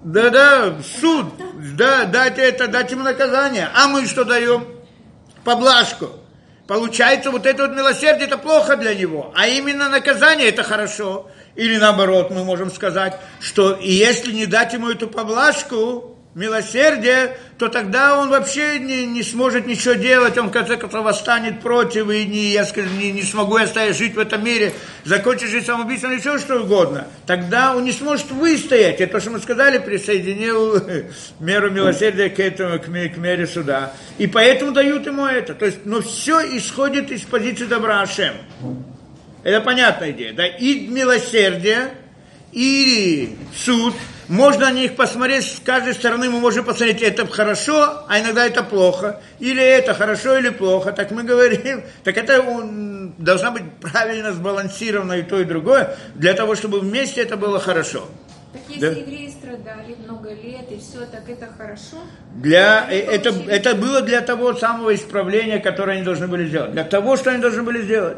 Да-да, суд, да, дать это, дать ему наказание. А мы что даем? Поблажку. Получается, вот это вот милосердие, это плохо для него. А именно наказание, это хорошо. Или наоборот, мы можем сказать, что если не дать ему эту поблажку, милосердие, то тогда он вообще не, не сможет ничего делать, он в конце концов восстанет против, и не, я скажу, не, не смогу я стоять, жить в этом мире, закончить жизнь самоубийством, или все что угодно. Тогда он не сможет выстоять. Это то, что мы сказали, присоединил меру милосердия к этому, к, к мере суда. И поэтому дают ему это. То есть, но все исходит из позиции добра Ашем. Это понятная идея, да? И милосердие, и суд. Можно на них посмотреть, с каждой стороны мы можем посмотреть, это хорошо, а иногда это плохо. Или это хорошо, или плохо. Так мы говорим, так это он, должна быть правильно сбалансировано и то, и другое, для того, чтобы вместе это было хорошо. Так если Да? евреи страдали много лет, и все, так это хорошо? Для, это, это было для того самого исправления, которое они должны были сделать. Для того, что они должны были сделать.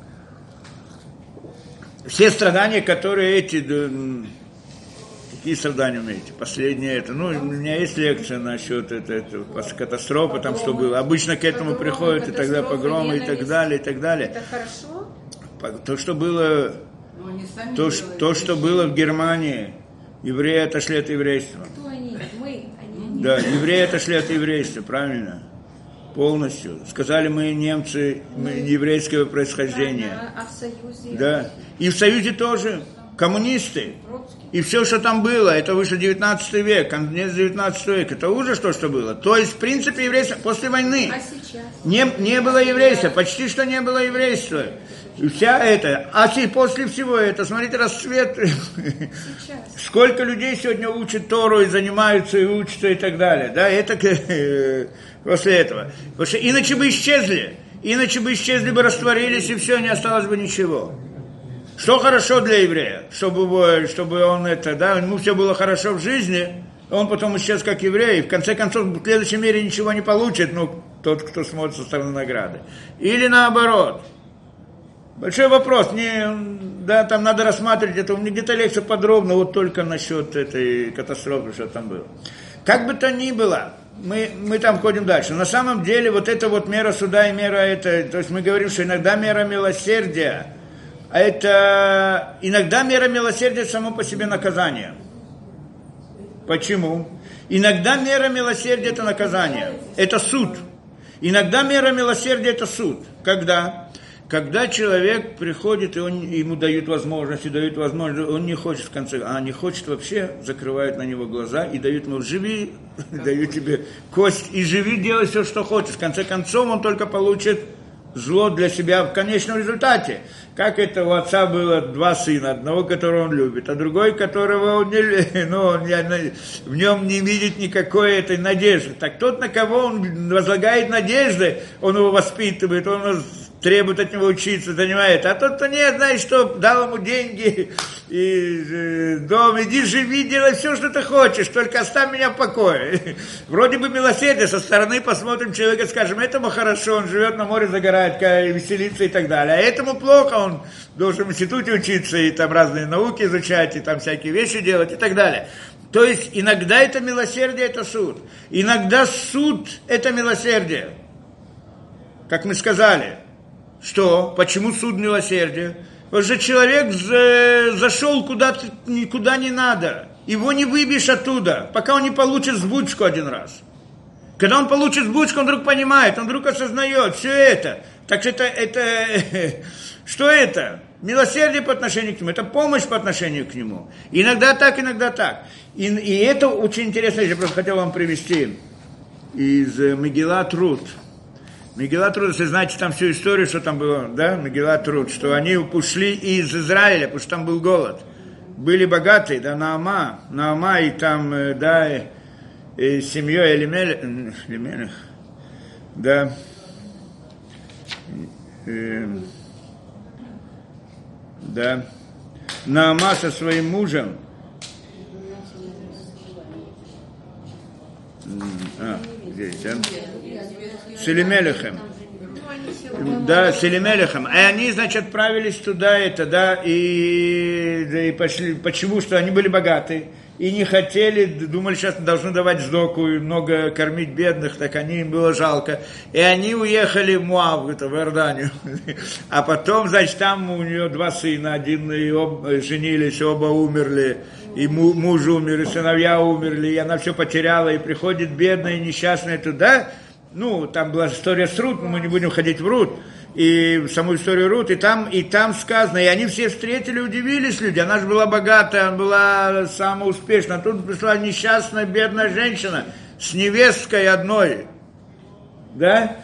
Все страдания, которые эти... Какие страдания умеете? Последнее это. Ну, у меня есть лекция насчет это, это, катастрофы, там что было. Обычно к этому приходят, и тогда погромы, и так далее, и так далее. Это хорошо? То, что было, то, то, что было в Германии, евреи отошли от еврейства. Кто они? Мы. Они. Да, евреи отошли от еврейства, правильно? Полностью. Сказали, мы немцы, мы еврейского происхождения. А в Союзе? Да. И в Союзе тоже. Коммунисты. И все, что там было, это выше девятнадцатый век, конец девятнадцатого века. Это ужас то, что было. То есть, в принципе, еврейство после войны. А сейчас? Не, не было еврейства, почти что не было еврейства. И вся это. А после всего этого, смотрите, расцвет. Сейчас. Сколько людей сегодня учат Тору и занимаются, и учатся, и так далее. Да, это после этого. Потому что иначе бы исчезли. Иначе бы исчезли бы, растворились, и все, не осталось бы ничего. Что хорошо для еврея? Чтобы, чтобы он это, да, ему все было хорошо в жизни, он потом исчез как еврей, и в конце концов в следующем мире ничего не получит, ну, тот, кто смотрит со стороны награды. Или наоборот. Большой вопрос, не, да, там надо рассматривать это, у меня где-то лекция подробно, вот только насчет этой катастрофы, что там было. Как бы то ни было, мы, мы там ходим дальше. На самом деле вот эта вот мера суда и мера это, то есть мы говорим, что иногда мера милосердия, а это иногда мера милосердия само по себе наказание. Почему? Иногда мера милосердия это наказание, это суд. Иногда мера милосердия это суд. Когда? Когда человек приходит, и он, ему дают возможность, и дают возможность, он не хочет в конце, а не хочет вообще, закрывают на него глаза и дают ему, живи, дают тебе кость, и живи, делай все, что хочешь. В конце концов он только получит зло для себя в конечном результате. Как это у отца было два сына, одного, которого он любит, а другой, которого он не любит, ну, он не, в нем не видит никакой этой надежды. Так тот, на кого он возлагает надежды, он его воспитывает, он требует от него учиться, понимаете? А тот, кто нет, знаешь что, дал ему деньги и э, дом, иди живи, делай все, что ты хочешь, только оставь меня в покое. Вроде бы милосердие, со стороны посмотрим человека, скажем, этому хорошо, он живет на море, загорает, веселится и так далее, а этому плохо, он должен в институте учиться и там разные науки изучать, и там всякие вещи делать и так далее. То есть иногда это милосердие, это суд. Иногда суд это милосердие. Как мы сказали. Что? Почему суд милосердия? Потому что человек за, зашел куда-то, никуда не надо. Его не выбьешь оттуда, пока он не получит сбучку один раз. Когда он получит сбучку, он вдруг понимает, он вдруг осознает все это. Так что это, это что это? Милосердие по отношению к нему, это помощь по отношению к нему. Иногда так, иногда так. И, и это очень интересно, я просто хотел вам привести из Мегилат Рут. Мегилат Рут, если знаете там всю историю, что там было, да, Мегилат Рут, что они ушли из Израиля, потому что там был голод. Были богатые, да, Наама, Наама и там, да, и, и семьей Элимелех, да, и, да, Наама со своим мужем, а, здесь, да, с Элимелехом. Да, с Элимелехом. И они, значит, отправились туда, это, да, и, да, и пошли. Почему? Что они были богаты. и не хотели, думали, сейчас должны давать сдоку и много кормить бедных, так они им было жалко. И они уехали в Муав, это, в Иорданию. А потом, значит, там у нее два сына, один и оба женились, оба умерли, и муж умер, и сыновья умерли, и она все потеряла, и приходит бедная, несчастная туда. Ну, там была история с Рут, но мы не будем ходить в Рут. И саму историю Рут, и там, и там сказано, и они все встретили, удивились люди, она же была богатая, она была самая успешная, а тут пришла несчастная, бедная женщина с невесткой одной, да,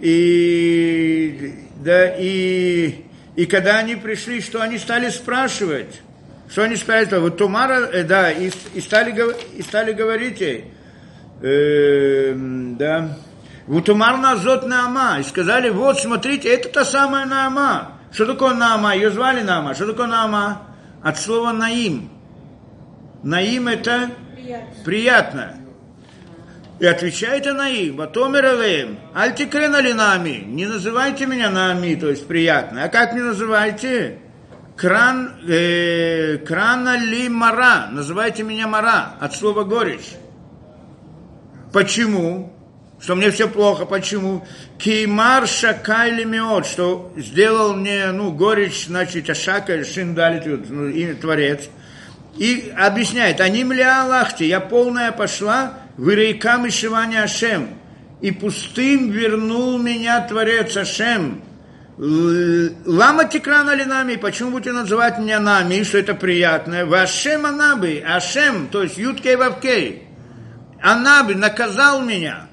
и, да, и, и когда они пришли, что они стали спрашивать, что они спрашивали, вот Тумара, э, да, и, и, стали, и стали говорить ей, э, да, вот умар назот Наама, и сказали, вот, смотрите, это та самая Наама. Что такое Наама? Ее звали Наама. Что такое Наама? От слова Наим. Наим это приятно. приятно. И отвечает Наим, Ватомер Элеем, Альтикрена ли Наами, не называйте меня Наами, то есть приятно. А как мне называете? Кран, э, крана ли Мара, называйте меня Мара, от слова горечь. Почему? Что мне все плохо, почему? Кеймар шакайли меот, что сделал мне, ну, горечь, значит, ашака, шиндалит, ну, имя Творец. И объясняет, они мля Аллахти, я полная пошла, в ирейкам и шиване Ашем, и пустым вернул меня Творец Ашем. Лама тикрана ли нами, почему будете называть меня нами, что это приятное? Вашем Анаби, Ашем, то есть Юткей Вавкей, Анаби наказал меня.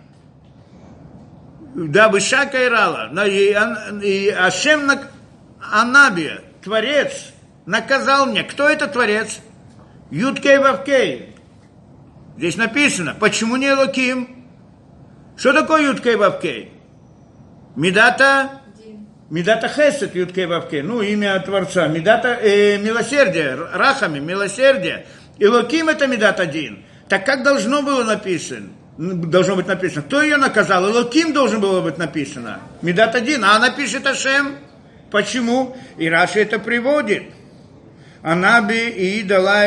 Да, Бышака Ирала, и Ашем Анаби, Творец, наказал меня. Кто это Творец? Юткей Вавкей. Здесь написано, почему не Элоким? Что такое Юткей Вавкей? Медата, Медата Хесед Юткей Вавкей, ну, имя Творца. Медата, э, милосердие, Рахами, милосердие. Элоким это Медат один. Так как должно было написано? Должно быть написано. Кто ее наказал? Элоким должен было быть написано. Медат один. А она пишет Ашем. Почему? И Раши это приводит. Она бы и дала...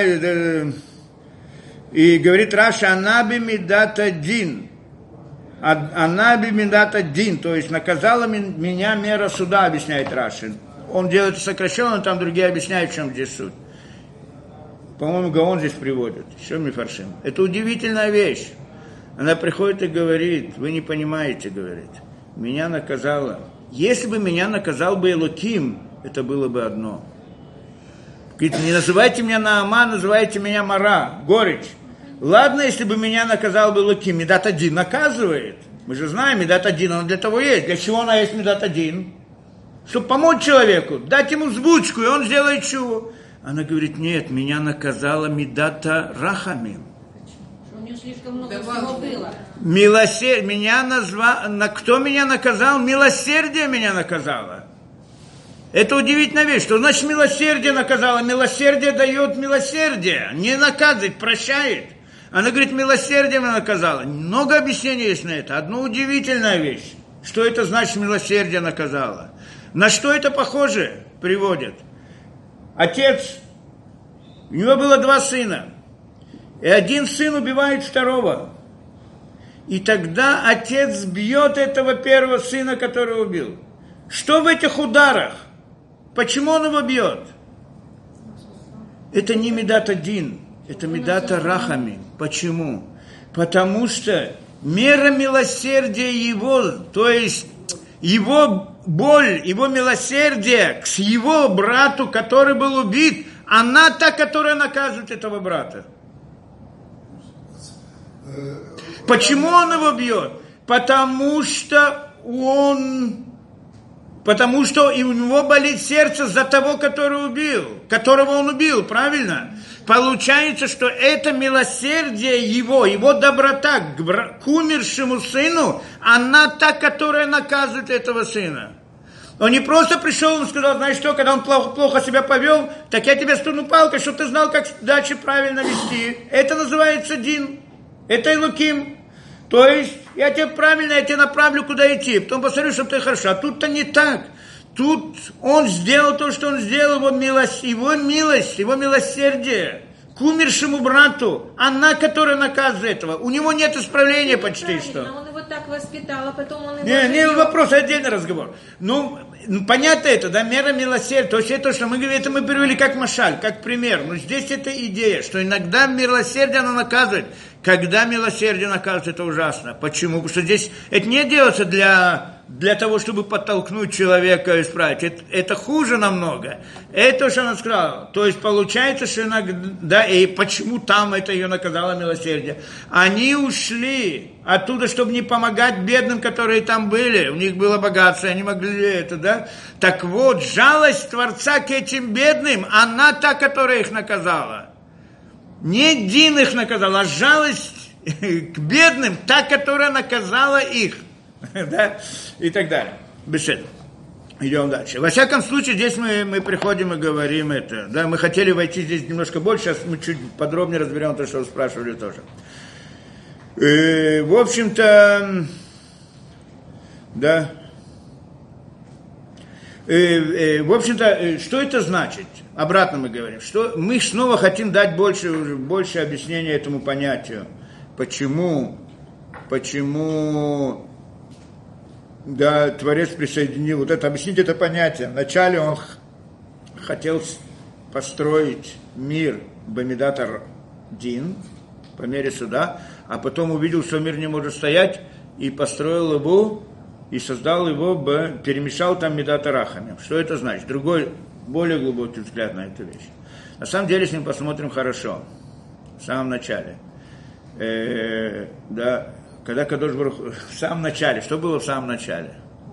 И говорит Раши, она бы Медат один. Она бы Медат один. То есть наказала меня мера суда, объясняет Раши. Он делает сокращенно, но там другие объясняют, в чем здесь суть. По-моему, Гаон здесь приводит. Еще Мифаршим. Это удивительная вещь. Она приходит и говорит, вы не понимаете, говорит, меня наказала. Если бы меня наказал бы Элоким, это было бы одно. Говорит, не называйте меня Наама, называйте меня Мара, горечь. Ладно, если бы меня наказал бы Элоким, Медат один наказывает. Мы же знаем, Медат один, он для того есть. Для чего она есть Медат один? Чтобы помочь человеку, дать ему звучку, и он сделает чего. Она говорит, нет, меня наказала Медата Рахамим. Слишком много всего было. Милосердие, меня назвал, на, кто меня наказал? Милосердие меня наказало. Это удивительная вещь. Что значит милосердие наказало? Милосердие дает милосердие, не наказывает, прощает. Она говорит, милосердие меня наказало. Много объяснений есть на это. Одна удивительная вещь. Что это значит милосердие наказало? На что это похоже? Приводит. Отец, у него было два сына. И один сын убивает второго. И тогда отец бьет этого первого сына, который убил. Что в этих ударах? Почему он его бьет? Это не Медат один, это Медата Рахами. Почему? Потому что мера милосердия его, то есть его боль, его милосердие к его брату, который был убит, она та, которая наказывает этого брата. Почему он его бьет? Потому что он... Потому что и у него болит сердце за того, который убил, которого он убил, правильно? Получается, что это милосердие его, его доброта к, бра... к умершему сыну, она та, которая наказывает этого сына. Он не просто пришел и сказал, знаешь что, когда он плохо, плохо себя повел, так я тебе стуну палкой, чтобы ты знал, как дальше правильно вести. Это называется дин. Это Элоким. То есть, я тебе правильно, я тебе направлю, куда идти. Потом посмотрю, чтобы ты хорошо. А тут-то не так. Тут он сделал то, что он сделал, его милость, его милость, его милосердие к к умершему брату, она, которая наказывает этого. У него нет исправления почти что. Он его так воспитал, а потом он его... Не, не женил. вопрос, отдельный разговор. Ну, понятно это, да, мера милосердия. То есть это, что мы говорим, это мы привели как машаль, как пример. Но здесь это идея, что иногда милосердие, оно наказывает. Когда милосердие наказывает, это ужасно. Почему? Потому что здесь это не делается для, для того, чтобы подтолкнуть человека и исправить. Это, это хуже намного. Это, что она сказала. То есть получается, что иногда, и почему там это ее наказало милосердие? Они ушли оттуда, чтобы не помогать бедным, которые там были. У них было богатство, они могли это, да? Так вот, жалость Творца к этим бедным, она та, которая их наказала. Не Дин их наказал, а жалость к бедным, та, которая наказала их. Да? И так далее. Беседа. Идем дальше. Во всяком случае, здесь мы, мы приходим и говорим это. Да, мы хотели войти здесь немножко больше, сейчас мы чуть подробнее разберем то, что вы спрашивали тоже. И, в общем-то, да. И, и, в общем-то, что это значит? Обратно мы говорим, что мы снова хотим дать больше, больше объяснения этому понятию. Почему, почему, да, Творец присоединил, вот это, объяснить это понятие. Вначале он хотел построить мир Бамидат Дин, по мере суда, а потом увидел, что мир не может стоять, и построил его, и создал его, перемешал там Мидат Рахамим. Что это значит? Другой, более глубокий взгляд на эту вещь. На самом деле, если мы посмотрим хорошо, в самом начале, э, да, когда Кадош Барух, в самом начале, что было в самом начале?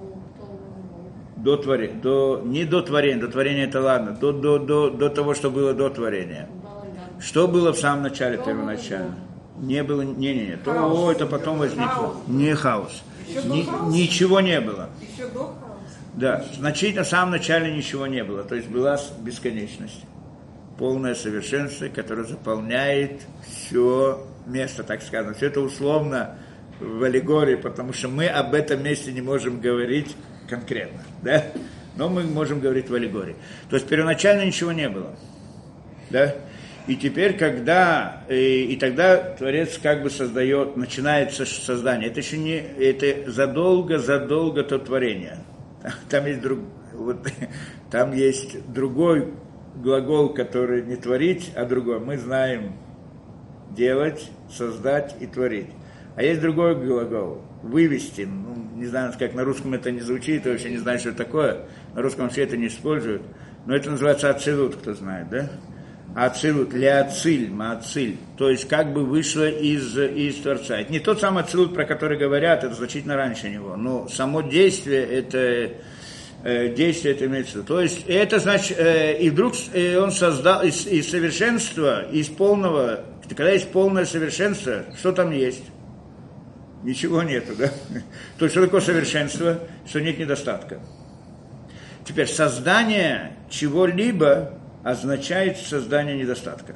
До творения, до, не до творения, до творения это ладно, до, до, до, до того, что было до творения. Что было в самом начале первоначально? Не было, не-не-не, то о, это потом возникло. Не хаос. Ни, ничего не было. Еще до хаоса? Да, значительно в самом начале ничего не было. То есть была бесконечность. Полное совершенство, которое заполняет все место, так сказано. Все это условно в аллегории, потому что мы об этом месте не можем говорить конкретно. Да? Но мы можем говорить в аллегории. То есть первоначально ничего не было. Да? И теперь, когда, и, и тогда Творец как бы создает, начинается создание. Это еще не, это задолго-задолго то творение. Там есть, друг, вот, там есть другой глагол, который не творить, а другой. Мы знаем делать, создать и творить. А есть другой глагол, вывести. Ну, не знаю, как на русском это не звучит, я вообще не знаю, что это такое. На русском вообще это не используют. Но это называется ацилут, кто знает, да? Ацилут, леациль, маациль, то есть как бы вышло из, из Творца. Это не тот самый ацилут, про который говорят, это значительно раньше него, но само действие, это э, действие, это имеется в виду. То есть это значит, э, и вдруг э, он создал из, из совершенства, из полного, когда есть полное совершенство, что там есть? Ничего нету, да? То есть что такое совершенство? Что нет недостатка. Теперь создание чего-либо означает создание недостатка.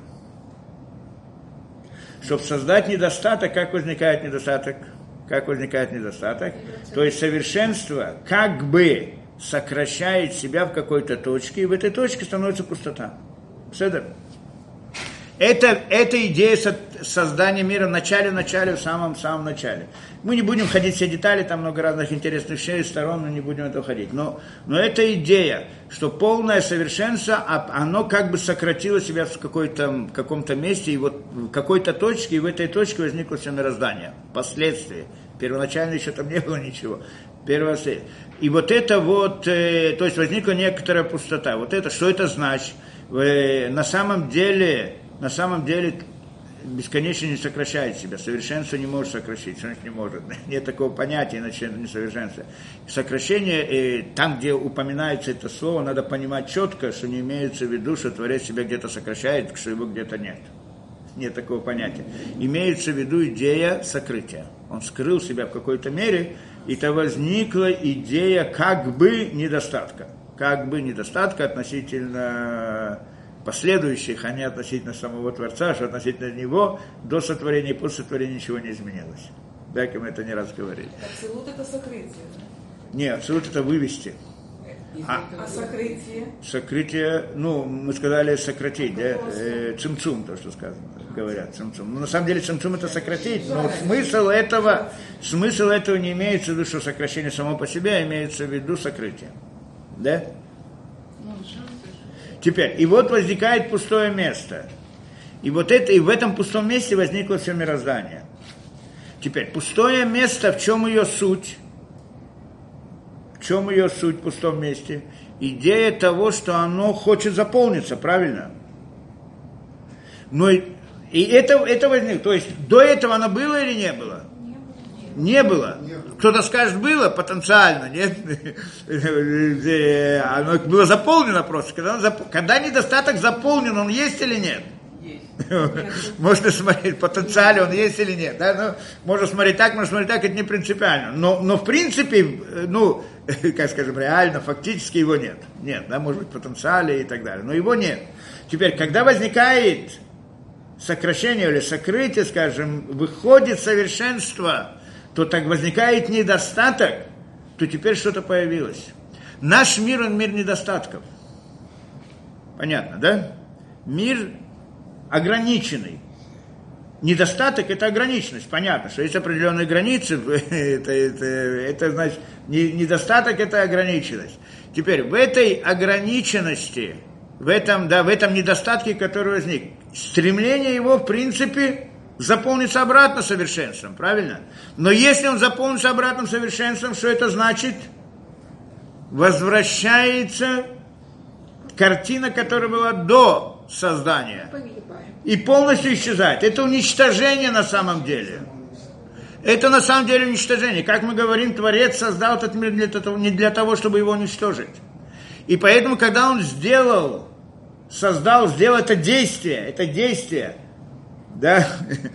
Чтобы создать недостаток, как возникает недостаток? Как возникает недостаток? То есть совершенство как бы сокращает себя в какой-то точке, и в этой точке становится пустота. Седер. Это, это идея создания мира в начале-начале, в самом-самом начале. Мы не будем ходить все детали, там много разных интересных вещей, сторон, мы не будем этого ходить. Но, но это идея, что полное совершенство, оно как бы сократило себя в, какой-то, в каком-то месте, и вот в какой-то точке, и в этой точке возникло все мироздание. Последствия. Первоначально еще там не было ничего. Первое, и вот это вот, э, то есть возникла некоторая пустота. Вот это, что это значит? Э, на самом деле... На самом деле бесконечно не сокращает себя. Совершенство не может сокращить. Что не может? Нет такого понятия, иначе это несовершенство. Сокращение, э, там, где упоминается это слово, надо понимать четко, что не имеется в виду, что Творец себя где-то сокращает, что его где-то нет. Нет такого понятия. Имеется в виду идея сокрытия. Он скрыл себя в какой-то мере, и то возникла идея как бы недостатка. Как бы недостатка относительно... последующих, а не относительно самого Творца, что относительно него до сотворения и после сотворения ничего не изменилось. Так мы это не раз говорили. Абсолют это сокрытие. Не, абсолют это вывести. А, А сокрытие? сокрытие, ну, мы сказали сократить, да, э, цимцум, то, что сказано, говорят, цимцум. Но на самом деле цимцум это сократить, но смысл этого, смысл этого не имеется в виду, что сокращение само по себе, а имеется в виду сокрытие. Да? Теперь, и вот возникает пустое место. И вот это, и в этом пустом месте возникло все мироздание. Теперь, пустое место, в чем ее суть? В чем ее суть в пустом месте? Идея того, что оно хочет заполниться, правильно? Но и, и это, это возникло. То есть, до этого оно было или не было? Не было. Не было. Кто-то скажет, было потенциально, нет? Оно было заполнено просто. Когда, зап... Когда недостаток заполнен, он есть или нет? Есть. Можно смотреть, потенциально он есть или нет. Да? Ну, можно смотреть так, можно смотреть так, это не принципиально. Но, но в принципе, ну, как скажем, реально, фактически его нет. Нет, да, может быть, потенциале и так далее. Но его нет. Теперь, когда возникает сокращение или сокрытие, скажем, выходит совершенство, то так возникает недостаток, то теперь что-то появилось. Наш мир, он мир недостатков. Понятно, да? Мир ограниченный. Недостаток – это ограниченность. Понятно, что есть определенные границы. это, это, это значит, недостаток – это ограниченность. Теперь, в этой ограниченности, в этом, да, в этом недостатке, который возник, стремление его, в принципе, заполнится обратно совершенством, правильно? Но если он заполнится обратным совершенством, что это значит? Возвращается картина, которая была до создания. И полностью исчезает. Это уничтожение на самом деле. Это на самом деле уничтожение. Как мы говорим, Творец создал этот мир для того, не для того, чтобы его уничтожить. И поэтому, когда он сделал, создал, сделал это действие, это действие, да,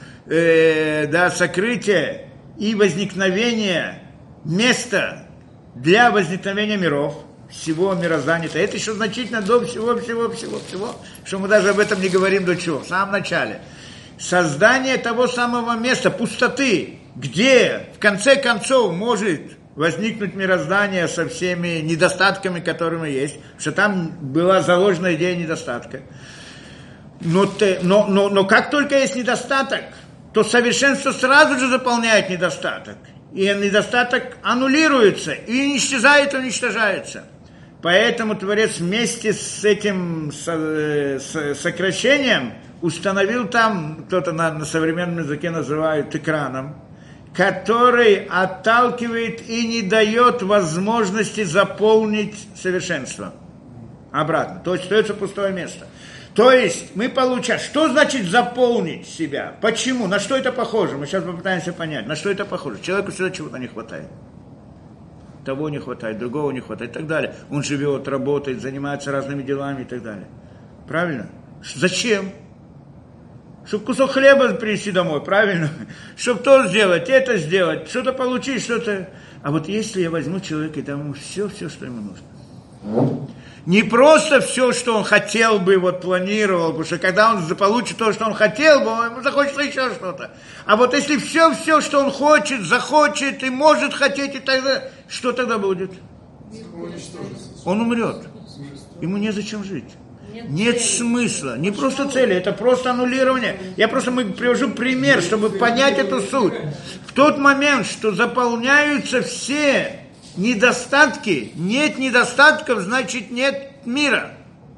э, да, сокрытие и возникновение места для возникновения миров, всего мироздания, это еще значительно до всего, всего, всего, всего, что мы даже об этом не говорим до чего, в самом начале. Создание того самого места, пустоты, где в конце концов может возникнуть мироздание со всеми недостатками, которыми есть, что там была заложена идея недостатка. Но, ты, но, но, но как только есть недостаток, то совершенство сразу же заполняет недостаток. И недостаток аннулируется, и исчезает, и уничтожается. Поэтому Творец вместе с этим с, с, сокращением установил там, кто-то на, на современном языке называют экраном, который отталкивает и не дает возможности заполнить совершенство. Обратно. То есть остается пустое место. То есть мы получаем, что значит заполнить себя? Почему? На что это похоже? Мы сейчас попытаемся понять, на что это похоже. Человеку всегда чего-то не хватает. Того не хватает, другого не хватает и так далее. Он живет, работает, занимается разными делами и так далее. Правильно? Зачем? Чтобы кусок хлеба принести домой, правильно? Чтобы то сделать, это сделать, что-то получить, что-то... А вот если я возьму человека и дам ему все, все, что ему нужно. Не просто все, что он хотел бы, вот планировал, потому что когда он получит то, что он хотел бы, ему захочется еще что-то. А вот если все, все, что он хочет, захочет и может хотеть, и тогда, что тогда будет? Он умрет. Ему незачем жить. Нет, Нет смысла. Не Почему? Просто цели, это просто аннулирование. Я просто привожу пример, чтобы понять эту суть. В тот момент, что заполняются все недостатки, нет недостатков, значит нет мира.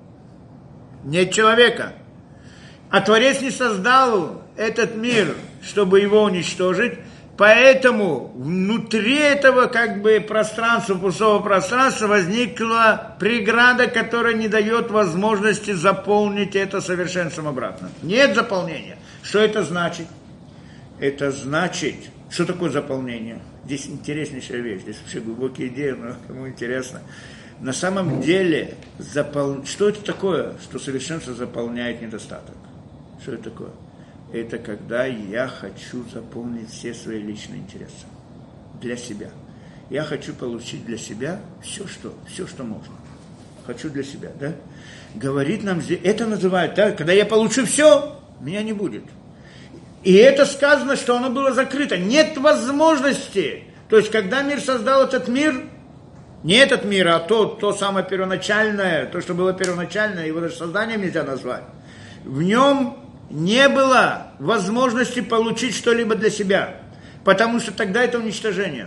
Нет человека. А Творец не создал этот мир, чтобы его уничтожить. Поэтому внутри этого как бы пространства, пустого пространства возникла преграда, которая не дает возможности заполнить это совершенством обратно. Нет заполнения. Что это значит? Это значит, что такое заполнение? Здесь интереснейшая вещь, здесь вообще глубокие идеи, но кому интересно. На самом деле, запол... что это такое, что совершенство заполняет недостаток? Что это такое? Это когда я хочу заполнить все свои личные интересы для себя. Я хочу получить для себя все, что, все, что можно. Хочу для себя, да? Говорит нам здесь, это называют, да, когда я получу все, меня не будет. И это сказано, что оно было закрыто. Нет возможности. То есть, когда мир создал этот мир, Не этот мир, а то, то самое первоначальное, то, что было первоначальное, его даже созданием нельзя назвать. В нем не было возможности получить что-либо для себя, потому что тогда это уничтожение.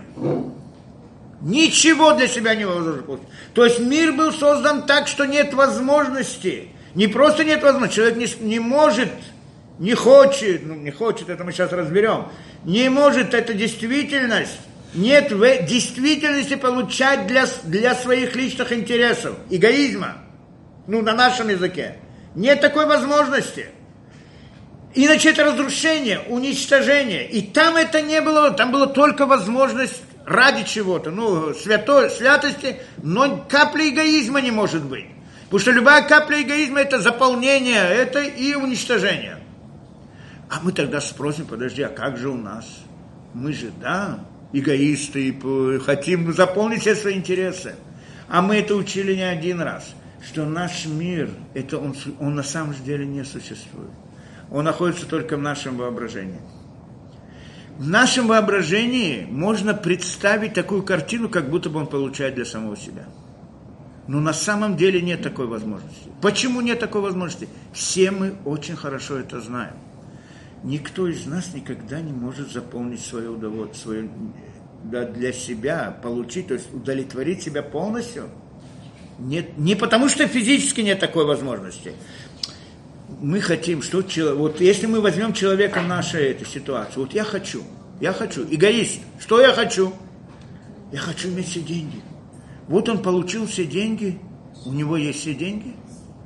Ничего для себя не возможно получить. То есть мир был создан так, что нет возможности. Не просто нет возможности, человек не, не может, не хочет, ну не хочет, это мы сейчас разберем, не может, это действительность. Нет в действительности получать для, для своих личных интересов, эгоизма, ну, на нашем языке. Нет такой возможности. Иначе это разрушение, уничтожение. И там это не было, там была только возможность ради чего-то, ну, святой, святости, но капли эгоизма не может быть. Потому что любая капля эгоизма – это заполнение, это и уничтожение. А мы тогда спросим, подожди, а как же у нас? Мы же, да, эгоисты, и хотим заполнить все свои интересы. А мы это учили не один раз, что наш мир, это он, он на самом деле не существует. Он находится только в нашем воображении. В нашем воображении можно представить такую картину, как будто бы он получает для самого себя. Но на самом деле нет такой возможности. Почему нет такой возможности? Все мы очень хорошо это знаем. Никто из нас никогда не может заполнить свое удовольствие, свое, да, для себя, получить, то есть удовлетворить себя полностью. Нет, не потому что физически нет такой возможности. Мы хотим, что вот если мы возьмем человека в нашей этой ситуации, вот я хочу, я хочу, эгоист, что я хочу? Я хочу иметь все деньги. Вот он получил все деньги, у него есть все деньги,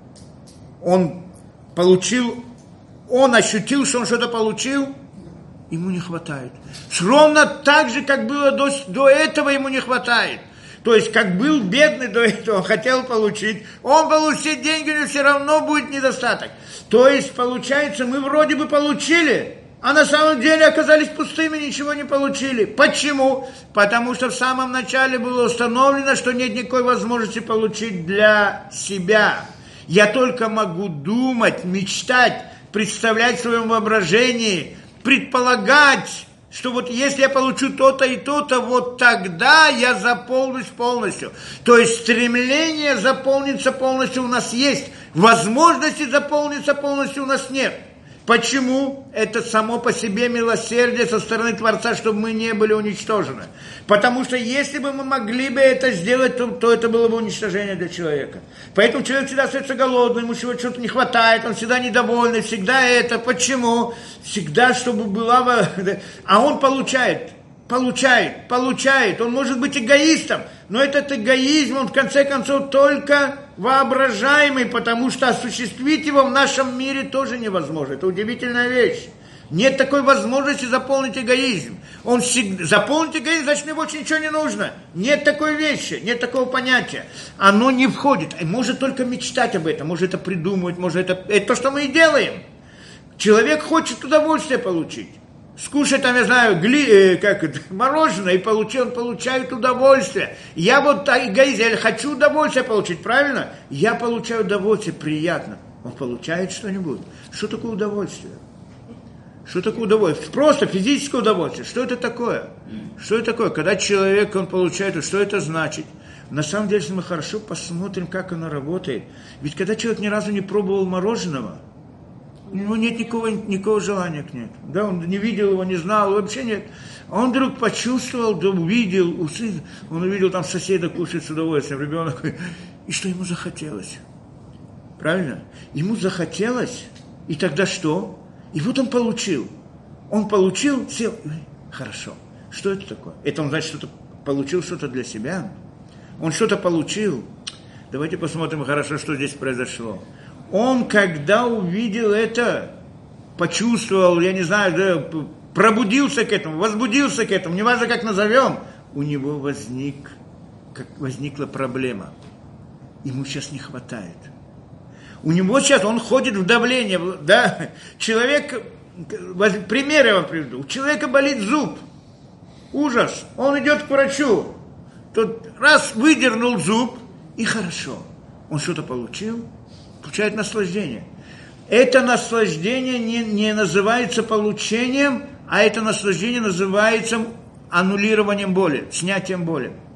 он получил, он ощутил, что он что-то получил, ему не хватает. Ровно так же, как было до, до этого, ему не хватает. То есть, как был бедный до этого, хотел получить, он получил все деньги, но все равно будет недостаток. То есть, получается, мы вроде бы получили, а на самом деле оказались пустыми, ничего не получили. Почему? Потому что в самом начале было установлено, что нет никакой возможности получить для себя. Я только могу думать, мечтать, представлять в своем воображении, предполагать, что вот если я получу то-то и то-то, вот тогда я заполнюсь полностью. То есть стремление заполниться полностью у нас есть, возможности заполниться полностью у нас нет. Почему? Это само по себе милосердие со стороны Творца, чтобы мы не были уничтожены. Потому что если бы мы могли бы это сделать, то, то это было бы уничтожение для человека. Поэтому человек всегда остается голодным, ему чего-то не хватает, он всегда недовольный, всегда это. Почему? Всегда, чтобы была... А он получает, получает, получает. Он может быть эгоистом, но этот эгоизм, он в конце концов только... воображаемый, потому что осуществить его в нашем мире тоже невозможно. Это удивительная вещь. Нет такой возможности заполнить эгоизм. Он всегда... Заполнить эгоизм, значит, мне больше ничего не нужно. Нет такой вещи, нет такого понятия. Оно не входит. И может только мечтать об этом, может это придумывать, может это... Это то, что мы и делаем. Человек хочет удовольствие получить. Скушать там, я знаю, гли, э, как это, мороженое, и получил, он получает удовольствие. Я вот эгоист, я хочу удовольствие получить, правильно? Я получаю удовольствие, приятно. Он получает что-нибудь. Что такое удовольствие? Что такое удовольствие? Просто физическое удовольствие. Что это такое? Что это такое? Когда человек, он получает, что это значит? На самом деле, если мы хорошо посмотрим, как оно работает. Ведь когда человек ни разу не пробовал мороженого, у него нет никакого, никакого желания к нему. Да, он не видел его, не знал, вообще нет. А он вдруг почувствовал, да, увидел, услышал, он увидел там соседа кушать с удовольствием, ребенок, и что ему захотелось. Правильно? Ему захотелось, и тогда что? И вот он получил. Он получил, сел, хорошо. Что это такое? Это он, значит, что-то получил что-то для себя? Он что-то получил. Давайте посмотрим хорошо, что здесь произошло. Он, когда увидел это, почувствовал, я не знаю, да, пробудился к этому, возбудился к этому, неважно как назовем, у него возник, как возникла проблема. Ему сейчас не хватает. У него сейчас, он ходит в давление, да, человек, пример я вам приведу, у человека болит зуб, ужас, он идет к врачу, тот раз выдернул зуб, и хорошо, он что-то получил, получает наслаждение. Это наслаждение не, не называется получением, а это наслаждение называется аннулированием боли, снятием боли.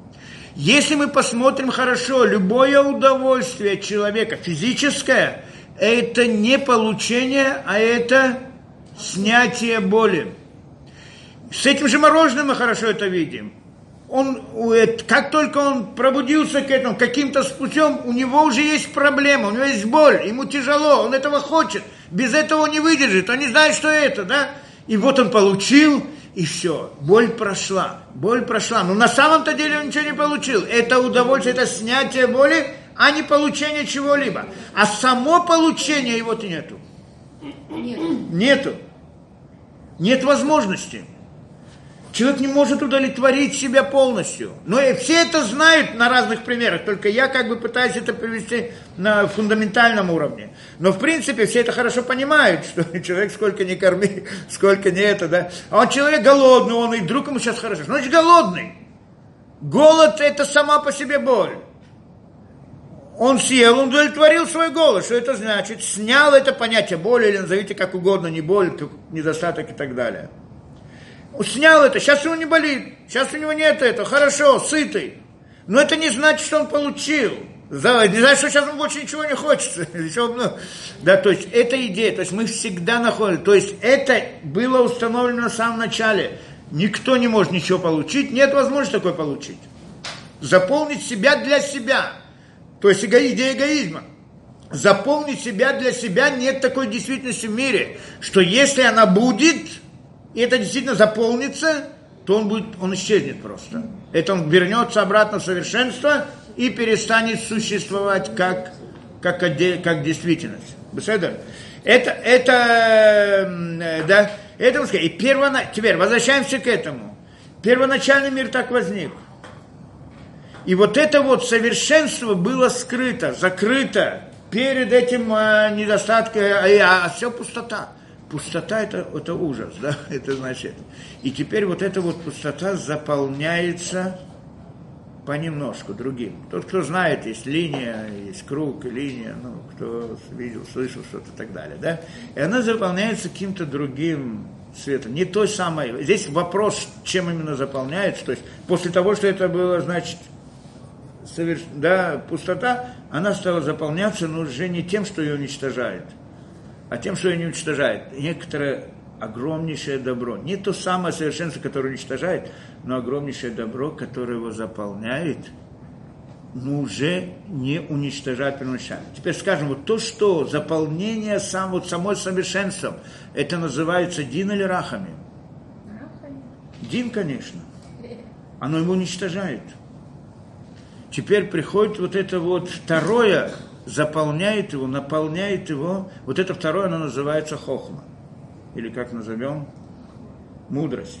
Если мы посмотрим хорошо, любое удовольствие человека физическое, это не получение, а это снятие боли. С этим же мороженым мы хорошо это видим. Он, как только он пробудился к этому каким-то путем, у него уже есть проблема, у него есть боль, ему тяжело, он этого хочет, без этого он не выдержит, он не знает, что это, да? И вот он получил, и все, боль прошла, боль прошла. Но на самом-то деле он ничего не получил. Это удовольствие, это снятие боли, а не получение чего-либо. А само получение его-то нету. Нету. Нету. Нет возможности. Человек не может удовлетворить себя полностью. Но и все это знают на разных примерах, только я как бы пытаюсь это привести на фундаментальном уровне. Но в принципе все это хорошо понимают, что человек сколько не корми, сколько не это, да. А он человек голодный, он и вдруг ему сейчас хорошо. Значит, голодный. Голод – это сама по себе боль. Он съел, он удовлетворил свой голод. Что это значит? Снял это понятие боли, или назовите как угодно, не боль, недостаток и так далее. Снял это, сейчас у него не болит, сейчас у него нет этого, хорошо, сытый. Но это не значит, что он получил. Не значит, что сейчас ему больше ничего не хочется. Да, то есть, это идея, то есть мы всегда находим, то есть это было установлено в самом начале. Никто не может ничего получить, нет возможности такое получить. Заполнить себя для себя. То есть идея эгоизма. Заполнить себя для себя, нет такой действительности в мире, что если она будет, и это действительно заполнится, то он будет, он исчезнет просто. Это он вернется обратно в совершенство и перестанет существовать как, как, как действительность. Это, это, да, это, и первоначально, теперь возвращаемся к этому. Первоначальный мир так возник. И вот это вот совершенство было скрыто, закрыто перед этим а, недостатком, а, а все пустота. Пустота это, это ужас, да, это значит. И теперь вот эта вот пустота заполняется понемножку другим. Тот, кто знает, есть линия, есть круг, линия, ну, кто видел, слышал что-то и так далее, да. И она заполняется каким-то другим светом, не той самой. Здесь вопрос, чем именно заполняется, то есть после того, что это было, значит, соверш... да, пустота, она стала заполняться, но уже не тем, что ее уничтожает, а тем, что ее не уничтожает. Некоторое огромнейшее добро. Не то самое совершенство, которое уничтожает, но огромнейшее добро, которое его заполняет, но уже не уничтожает первоначально. Теперь скажем, вот то, что заполнение сам, вот самой совершенством, это называется дин или рахами? Рахами. Дин, конечно. Оно его уничтожает. Теперь приходит вот это вот второе, заполняет его, наполняет его. Вот это второе, оно называется хохма. Или как назовем? Мудрость.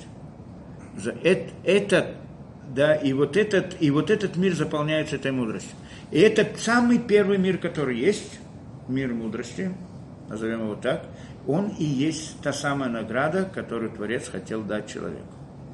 Это, да, и вот этот, и вот этот мир заполняется этой мудростью. И это самый первый мир, который есть, мир мудрости, назовем его так, он и есть та самая награда, которую Творец хотел дать человеку.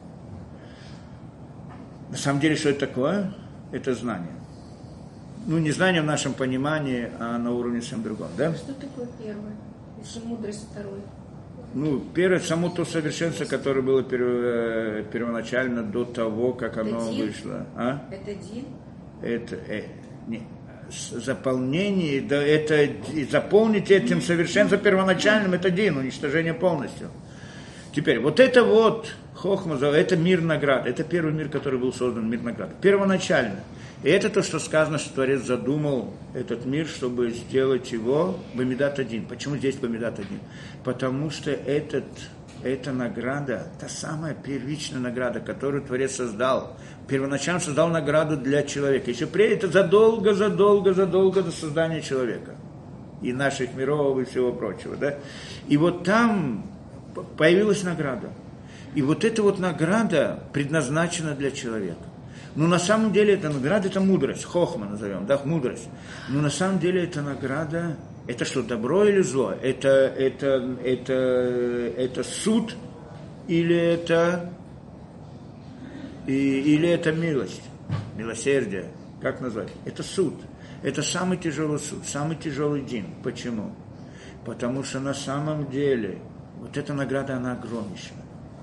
На самом деле, что это такое? Это знание. Ну, не знание в нашем понимании, а на уровне совсем другом, да? Что такое первое, если мудрость второй? Ну, первое, само то совершенство, которое было первоначально до того, как оно это вышло. А? Это дин? Это, э, не, заполнение, да, это, и заполнить этим совершенством первоначальным, это дин, уничтожение полностью. Теперь, вот это вот, хохма, это мир наград, это первый мир, который был создан, мир наград, первоначально. И это то, что сказано, что Творец задумал этот мир, чтобы сделать его бамидат один. Почему здесь бамидат один? Потому что этот, эта награда, та самая первичная награда, которую Творец создал, первоначально создал награду для человека. Еще при это задолго, задолго, задолго до создания человека. И наших миров, и всего прочего. Да? И вот там появилась награда. И вот эта вот награда предназначена для человека. Но на самом деле эта награда, это мудрость, хохма назовем, да, мудрость. Но на самом деле эта награда, это что, добро или зло? Это, это, это, это суд или это, и, или это милость, милосердие, как назвать? Это суд, это самый тяжелый суд, самый тяжелый дин. Почему? Потому что на самом деле вот эта награда, она огромнейшая.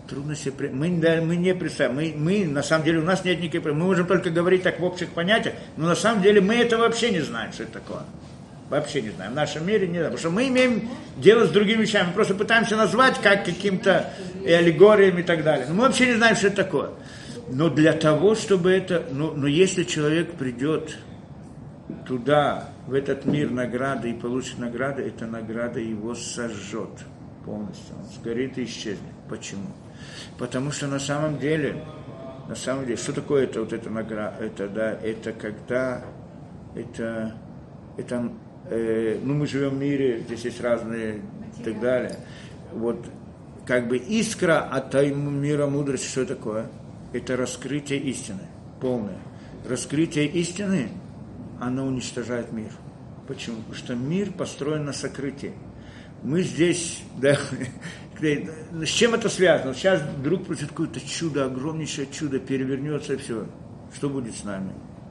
трудно себе... Мы, да, мы не представим. Мы, мы, на самом деле, у нас нет никаких... Мы можем только говорить так в общих понятиях, но на самом деле мы это вообще не знаем, что это такое. Вообще не знаем. В нашем мире не знаем. Потому что мы имеем дело с другими вещами. Мы просто пытаемся назвать как каким-то аллегориям и так далее. Но мы вообще не знаем, что это такое. Но для того, чтобы это... Но, но если человек придет туда, в этот мир награды и получит награды, эта награда его сожжет полностью. Он сгорит и исчезнет. Почему? Потому что на самом деле, на самом деле, что такое это, вот эта награда? Это, да, это когда... Это... это э, ну, мы живем в мире, здесь есть разные и так далее. Вот, как бы искра от мира мудрости, что такое? Это раскрытие истины, полное. Раскрытие истины, оно уничтожает мир. Почему? Потому что мир построен на сокрытии. Мы здесь, да, с чем это связано? Сейчас вдруг будет какое-то чудо, огромнейшее чудо, перевернется и все. Что будет с нами?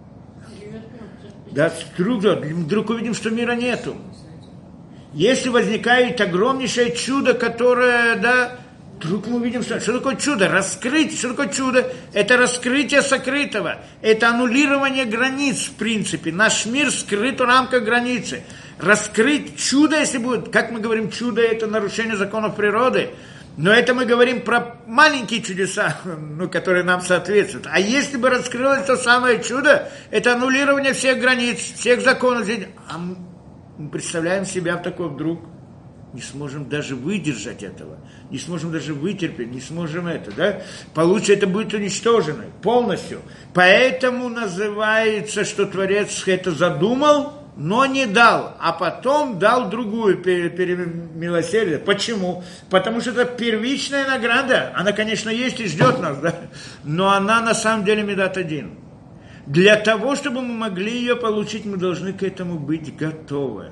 Да, вдруг, вдруг увидим, что мира нету. Если возникает огромнейшее чудо, которое, да, вдруг мы увидим, что, что такое чудо? Раскрытие. Что такое чудо? Это раскрытие сокрытого. Это аннулирование границ, в принципе. Наш мир скрыт в рамках границы. Раскрыть чудо, если будет, как мы говорим, чудо – это нарушение законов природы. Но это мы говорим про маленькие чудеса, ну, которые нам соответствуют. А если бы раскрылось то самое чудо, это аннулирование всех границ, всех законов. А мы представляем себя в такой вдруг, не сможем даже выдержать этого, не сможем даже вытерпеть, не сможем это, да? Получится, это будет уничтожено полностью. Поэтому называется, что Творец это задумал, но не дал, а потом дал другую милосердие. Почему? Потому что это первичная награда, она, конечно, есть и ждет нас, да? Но она на самом деле медат один. Для того, чтобы мы могли ее получить, мы должны к этому быть готовы.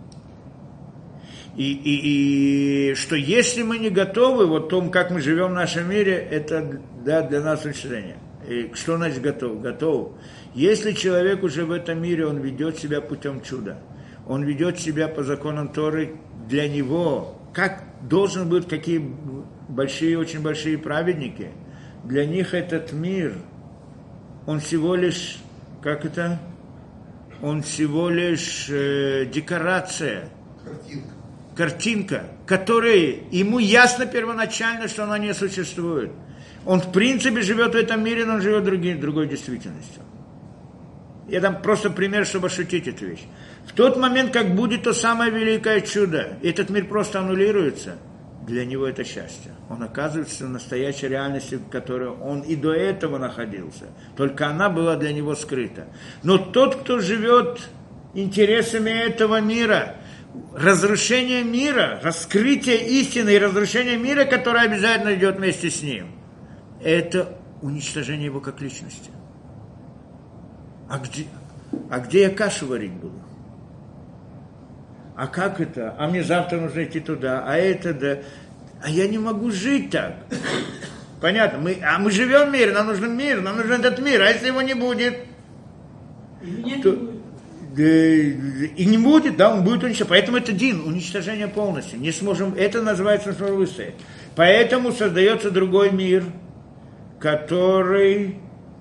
И, и, и что если мы не готовы, вот том, как мы живем в нашем мире, это, да, для нас уничтожение. И что значит готов? Готов. Если человек уже в этом мире, он ведет себя путем чуда, он ведет себя по законам Торы, для него, как должен быть, какие большие, очень большие праведники, для них этот мир, он всего лишь, как это? Он всего лишь э, декорация. Картинка. Картинка, которая ему ясно первоначально, что она не существует. Он в принципе живет в этом мире, но он живет другой, другой действительностью. Я дам просто пример, чтобы ошутить эту вещь. В тот момент, как будет то самое великое чудо, этот мир просто аннулируется, для него это счастье. Он оказывается в настоящей реальности, в которой он и до этого находился. Только она была для него скрыта. Но тот, кто живет интересами этого мира, разрушение мира, раскрытие истины и разрушение мира, которое обязательно идет вместе с ним, это уничтожение его как личности. А где, а где я кашу варить буду? А как это? А мне завтра нужно идти туда, а это да. А я не могу жить так. Понятно? Мы, а мы живем в мире, нам нужен мир, нам нужен этот мир. А если его не будет? Нет, то, не будет. Да, и не будет, да, он будет уничтожен. Поэтому это дин, уничтожение полностью. Не сможем, это называется выстоять. Поэтому создается другой мир, который...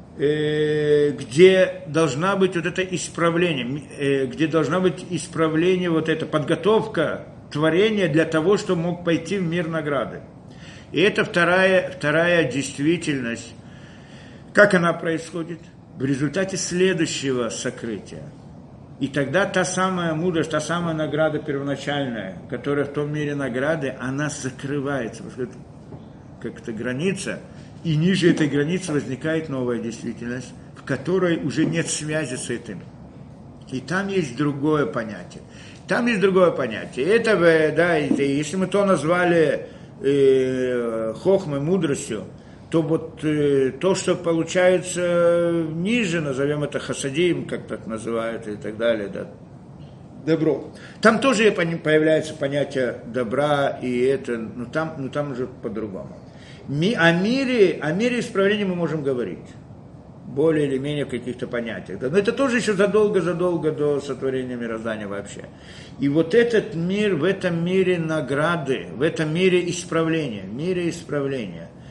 где должна быть вот это исправление, где должна быть исправление, вот эта подготовка творения для того, чтобы мог пойти в мир награды. И это вторая, вторая действительность. Как она происходит? В результате следующего сокрытия. И тогда та самая мудрость, та самая награда первоначальная, которая в том мире награды, она закрывается. Как-то граница. И ниже этой границы возникает новая действительность, в которой уже нет связи с этим. И там есть другое понятие. Там есть другое понятие. Это, да, это, если мы то назвали э, хохмой, мудростью, то вот э, то, что получается ниже, назовем это хасадим, как так называют, и так далее, да, добро. Там тоже появляется понятие добра, и это, но там, но там уже по-другому. О мире, о мире исправления мы можем говорить, более или менее в каких-то понятиях. Да? Но это тоже еще задолго-задолго до сотворения мироздания вообще. И вот этот мир, в этом мире награды, в этом мире исправления, в мире исправления.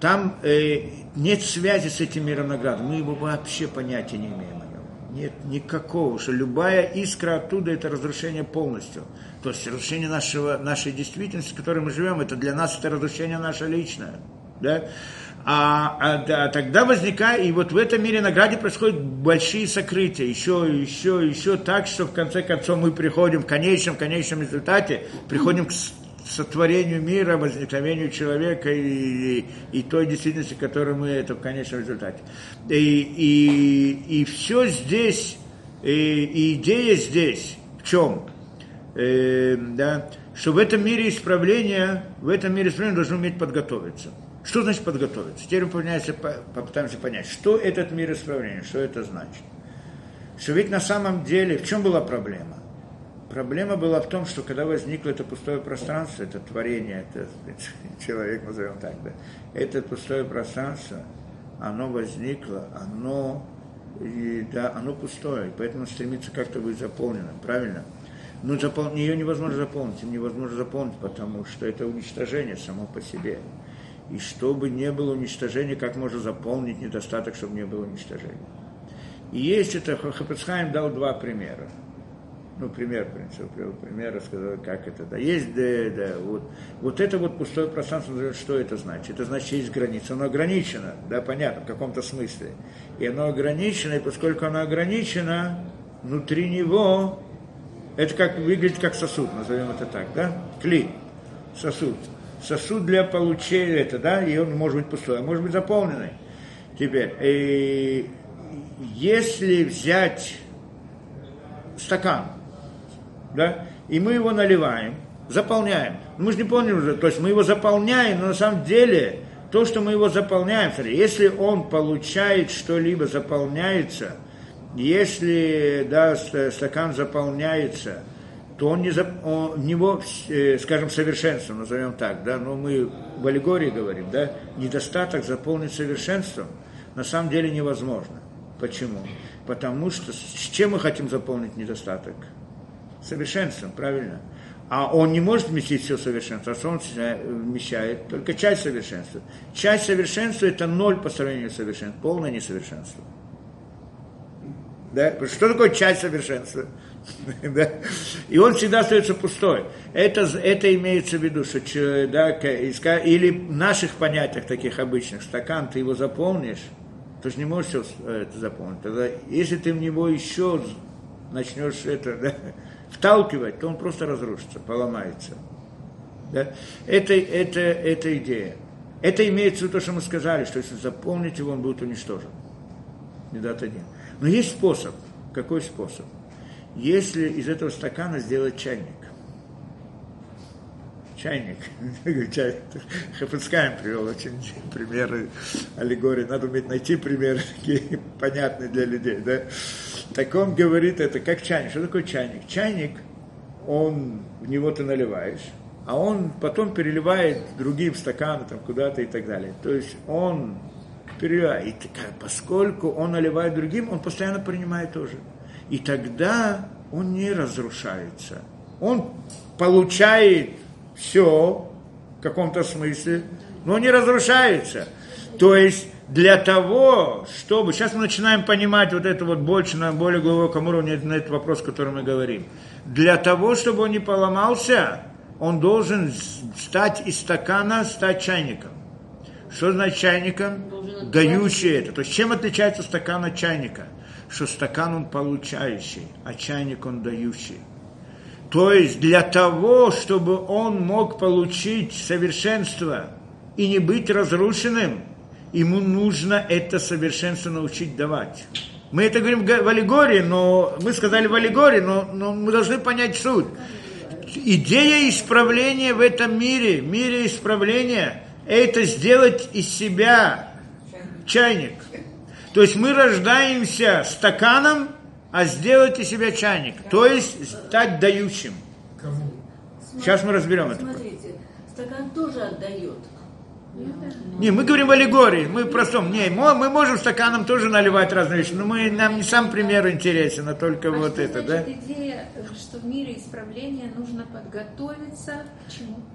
там э, нет связи с этим миром наград. Мы его вообще понятия не имеем о нем. Нет никакого, что любая искра оттуда – это разрушение полностью. То есть разрушение нашего, нашей действительности, в которой мы живем, это для нас это разрушение наше личное. Да? А, а, а тогда возникает, и вот в этом мире награде происходят большие сокрытия, еще, еще, еще так, что в конце концов мы приходим в конечном, конечном результате, приходим к сотворению мира, возникновению человека и, и, и той действительности, которую мы это в конечном результате. И, и, и все здесь, и, и идея здесь в чем? Э, да, что в этом мире исправления, в этом мире исправления должны уметь подготовиться. Что значит подготовиться? Теперь мы попытаемся понять, что этот мир исправления, что это значит. Что ведь на самом деле, в чем была проблема? Проблема была в том, что когда возникло это пустое пространство, это творение, это человек, назовем так, да, это пустое пространство, оно возникло, оно, и, да, оно пустое, поэтому стремится как-то быть заполненным, правильно? Но запол... ее невозможно заполнить, им невозможно заполнить, потому что это уничтожение само по себе. И чтобы не было уничтожения, как можно заполнить недостаток, чтобы не было уничтожения. И есть это, Хафец Хаим дал два примера. Ну, пример, в принципе, пример рассказал, как это, да. Есть, да, да, вот, вот это вот пустое пространство, что это значит? Это значит, есть граница, оно ограничено, да, понятно, в каком-то смысле. И оно ограничено, и поскольку оно ограничено, внутри него, это как выглядит как сосуд, назовем это так, да, кли, сосуд. Сосуд для получения, это, да, и он может быть пустой, а может быть заполненный. Теперь, и если взять стакан, да, и мы его наливаем, заполняем, мы же не помним, то есть мы его заполняем, но на самом деле то, что мы его заполняем, если он получает что-либо, заполняется, если, да, стакан заполняется, то он не за, он, в него, э, скажем, совершенством, назовем так, да, но мы в аллегории говорим, да, недостаток заполнить совершенством на самом деле невозможно. Почему? Потому что с чем мы хотим заполнить недостаток? Совершенством, правильно? А он не может вместить все совершенство, а он вмещает только часть совершенства. Часть совершенства – это ноль по сравнению с совершенством, полное несовершенство. Да? Что такое часть совершенства? Да? И он всегда остается пустой. Это, это имеется в виду, что, да, или в наших понятиях таких обычных, стакан, ты его заполнишь, ты же не можешь все это заполнить. Тогда, если ты в него еще начнешь это, да, вталкивать, то он просто разрушится, поломается. Да? Это, это, это идея. Это имеется в виду то, что мы сказали, что если заполнить его, он будет уничтожен. Медат один. Но есть способ. Какой способ? Если из этого стакана сделать чайник. Чайник. Хафец Хаим привел очень примеры аллегории. Надо уметь найти примеры такие понятные для людей. Да? Так он говорит это как чайник. Что такое чайник? Чайник, он, в него ты наливаешь, а он потом переливает другим стаканам там, куда-то и так далее. То есть он переливает. И поскольку он наливает другим, он постоянно принимает тоже. И тогда он не разрушается. Он получает все в каком-то смысле, но не разрушается. То есть для того, чтобы... Сейчас мы начинаем понимать вот это вот больше на более глубоком уровне, на этот вопрос, о котором мы говорим. Для того, чтобы он не поломался, он должен стать из стакана, стать чайником. Что значит чайником? Дающий это. То есть чем отличается стакан от чайника? Что стакан он получающий, а чайник он дающий. То есть для того, чтобы он мог получить совершенство и не быть разрушенным, ему нужно это совершенство научить давать. Мы это говорим в аллегории, но мы сказали в аллегории, но, но мы должны понять суть. Идея исправления в этом мире, в мире исправления, это сделать из себя чайник. То есть мы рождаемся стаканом, а сделать из себя чайник. То есть стать дающим. Кому? Сейчас мы разберем это. Смотрите, стакан тоже отдает. Не, мы говорим в аллегории, мы в простом. Не, мы можем стаканом тоже наливать разные вещи, но мы, нам не сам пример интересен, а только а вот что это, значит да? Идея, что в мире исправления нужно подготовиться к чему?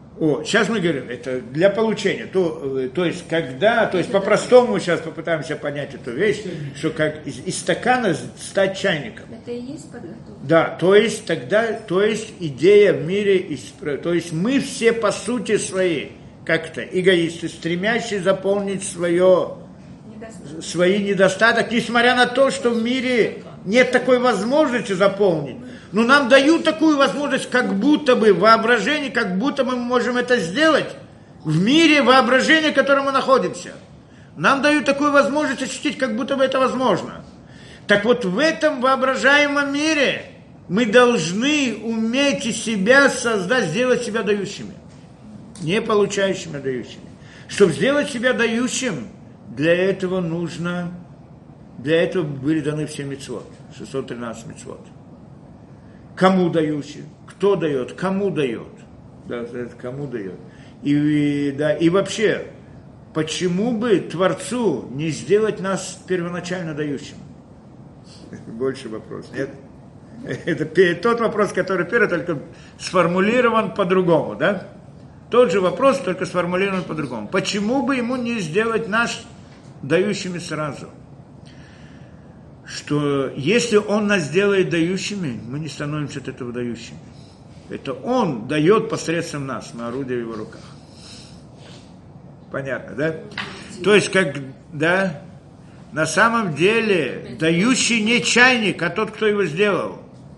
О, сейчас мы говорим, это для получения. То, то есть, когда, то есть, по-простому сейчас попытаемся понять эту вещь, что как из, из стакана стать чайником. Это и есть подготовка. Да, то есть, тогда, то есть, идея в мире, то есть, мы все по сути своей, как-то, эгоисты, стремящие заполнить свое, Недостаток. свои недостаток, несмотря на то, что в мире нет такой возможности заполнить. Но нам дают такую возможность, как будто бы воображение, как будто мы можем это сделать в мире воображения, в котором мы находимся. Нам дают такую возможность ощутить, как будто бы это возможно. Так вот, в этом воображаемом мире мы должны уметь из себя создать, сделать себя дающими. Не получающими, а дающими. Чтобы сделать себя дающим, для этого нужно, для этого были даны все мицвот, шестьсот тринадцать мицвот. Кому дающий, кто дает, кому дает, да, кому дает. И, да, и вообще, почему бы Творцу не сделать нас первоначально дающим? Больше вопрос, нет? Это тот вопрос, который первый, только сформулирован по-другому, да? Тот же вопрос, только сформулирован по-другому. Почему бы ему не сделать нас дающими сразу? Что если он нас сделает дающими, мы не становимся от этого дающими. Это он дает посредством нас, мы орудие в его руках. Понятно, да? То есть, как, да, на самом деле, дающий не чайник, а тот, кто его сделал.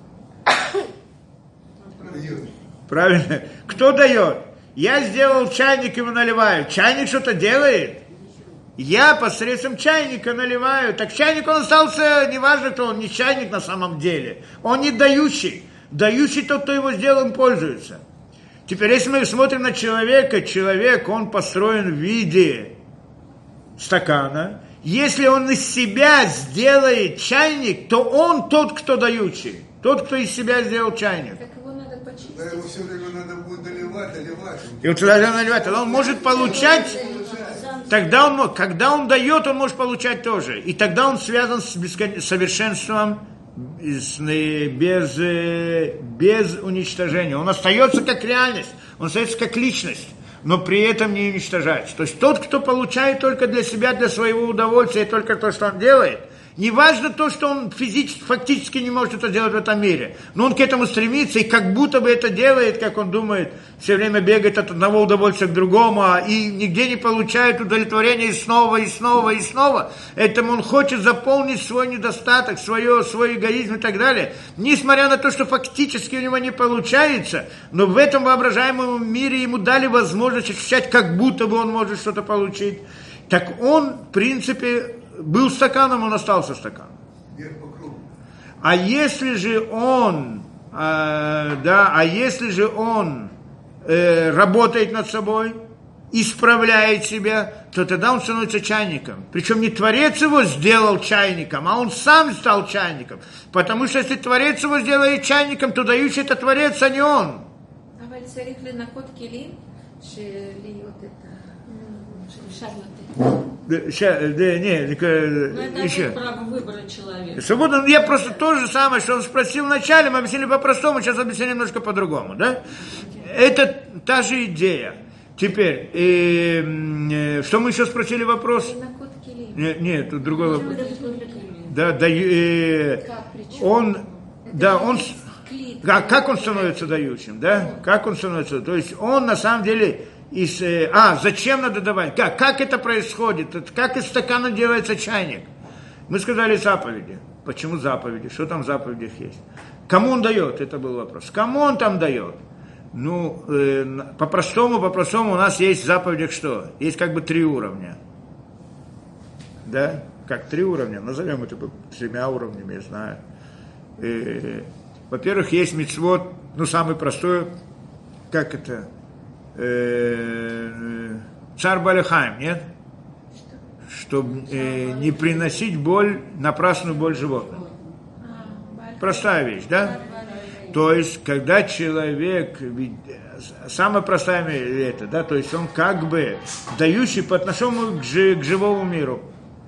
Правильно? Кто дает? Я сделал чайник, ему наливаю. Чайник что-то делает? Я посредством чайника наливаю. Так чайник, он остался, неважно, кто он, не чайник на самом деле. Он не дающий. Дающий тот, кто его сделал, им пользуется. Теперь, если мы смотрим на человека, человек, он построен в виде стакана. Если он из себя сделает чайник, то он тот, кто дающий. Тот, кто из себя сделал чайник. Так его надо почистить. Да, его все время надо будет доливать, доливать. И вот тогда наливать, тогда он может получать, тогда он, когда он дает, он может получать тоже. И тогда он связан с бескон... совершенством без, без уничтожения. Он остается как реальность, он остается как личность, но при этом не уничтожается. То есть тот, кто получает только для себя, для своего удовольствия, только то, что он делает, не важно то, что он физически, фактически не может это делать в этом мире, но он к этому стремится и как будто бы это делает, как он думает, все время бегает от одного удовольствия к другому, и нигде не получает удовлетворения и снова, и снова, и снова. Этому он хочет заполнить свой недостаток, свое, свой эгоизм и так далее. Несмотря на то, что фактически у него не получается, но в этом воображаемом мире ему дали возможность ощущать, как будто бы он может что-то получить. Так он, в принципе, был стаканом, он остался стаканом. А если же он, э, да, а если же он э, работает над собой, исправляет себя, то тогда он становится чайником. Причем не Творец его сделал чайником, а он сам стал чайником. Потому что если Творец его сделает чайником, то дающий это Творец, а не он. אבל צריך לנקות כלים שלהיות את ה... שאפשר לתת. Да, ща, да, не, Но еще. это право выбора человека. Свободно, я просто то же самое, что он спросил вначале, мы объяснили по-простому, сейчас объяснили немножко по-другому, да? Это та же идея. Теперь, э, э, что мы еще спросили вопрос? לנקות כלים. Нет, нет, тут другой вопрос. Да, да, э, он, да, он, а как он становится дающим, да? Как он становится, то есть он на самом деле... Из, э, а, зачем надо давать? Как, как это происходит? Как из стакана делается чайник? Мы сказали заповеди. Почему заповеди? Что там в заповедях есть? Кому он дает? Это был вопрос. Кому он там дает? Ну, э, по-простому, по-простому у нас есть в заповедях что? Есть как бы три уровня. Да? Как три уровня? Назовем это тремя уровнями, я знаю. Э, во-первых, есть мицвот, ну, самый простой, как это... Царь Балехаим, нет? Чтобы э, не приносить боль, напрасную боль животным. Простая вещь, да? То есть, когда человек, самая простая это, да, то есть он как бы дающий по отношению к, жи, к живому миру. А,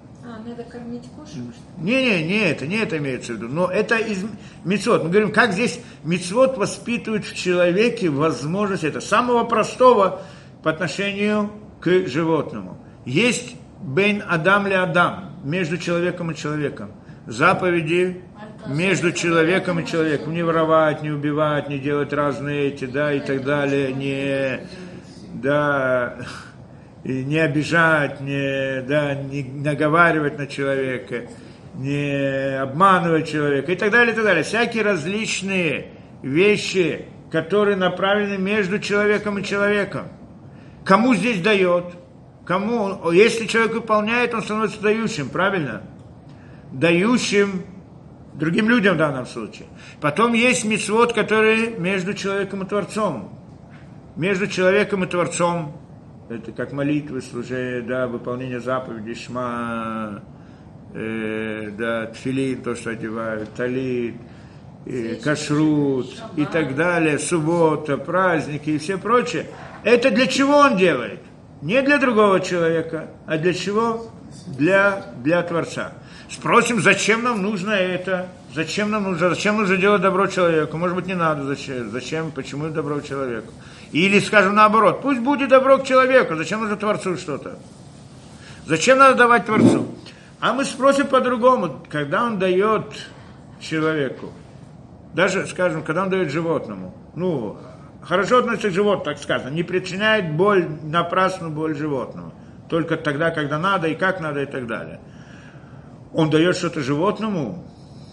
А надо кормить кошек? Не-не, не это, не это имеется в виду. Но это из мицвот. Мы говорим, как здесь мицвот воспитывает в человеке возможность это самого простого по отношению к животному. Есть бейн адам ли адам, между человеком и человеком. Заповеди между человеком и человеком. Не воровать, не убивать, не делать разные эти, да, и так далее. Не, да, не обижать, не, да, не наговаривать на человека, не обманывать человека и так далее, и так далее. Всякие различные вещи, которые направлены между человеком и человеком. Кому здесь дает? Кому? Если человек выполняет, он становится дающим, правильно? Дающим другим людям в данном случае. Потом есть мицвот, который между человеком и Творцом. Между человеком и Творцом. Это как молитвы, служение, да, выполнение заповедей, шма, э, да, тфилин, то, что одевают, талит, э, кашрут и так далее, суббота, праздники и все прочее. Это для чего он делает? Не для другого человека, а для чего? Для, для Творца. Спросим, зачем нам нужно это? Зачем нам нужно? Зачем нужно делать добро человеку? Может быть, не надо. Зачем? Зачем? Почему добро человеку? Или, скажем, наоборот, пусть будет добро к человеку. Зачем нужно Творцу что-то? Зачем надо давать Творцу? А мы спросим по-другому. Когда он дает человеку, даже, скажем, когда он дает животному, ну, хорошо относится к животному, так сказано, не причиняет боль, напрасную боль животному. Только тогда, когда надо, и как надо, и так далее. Он дает что-то животному,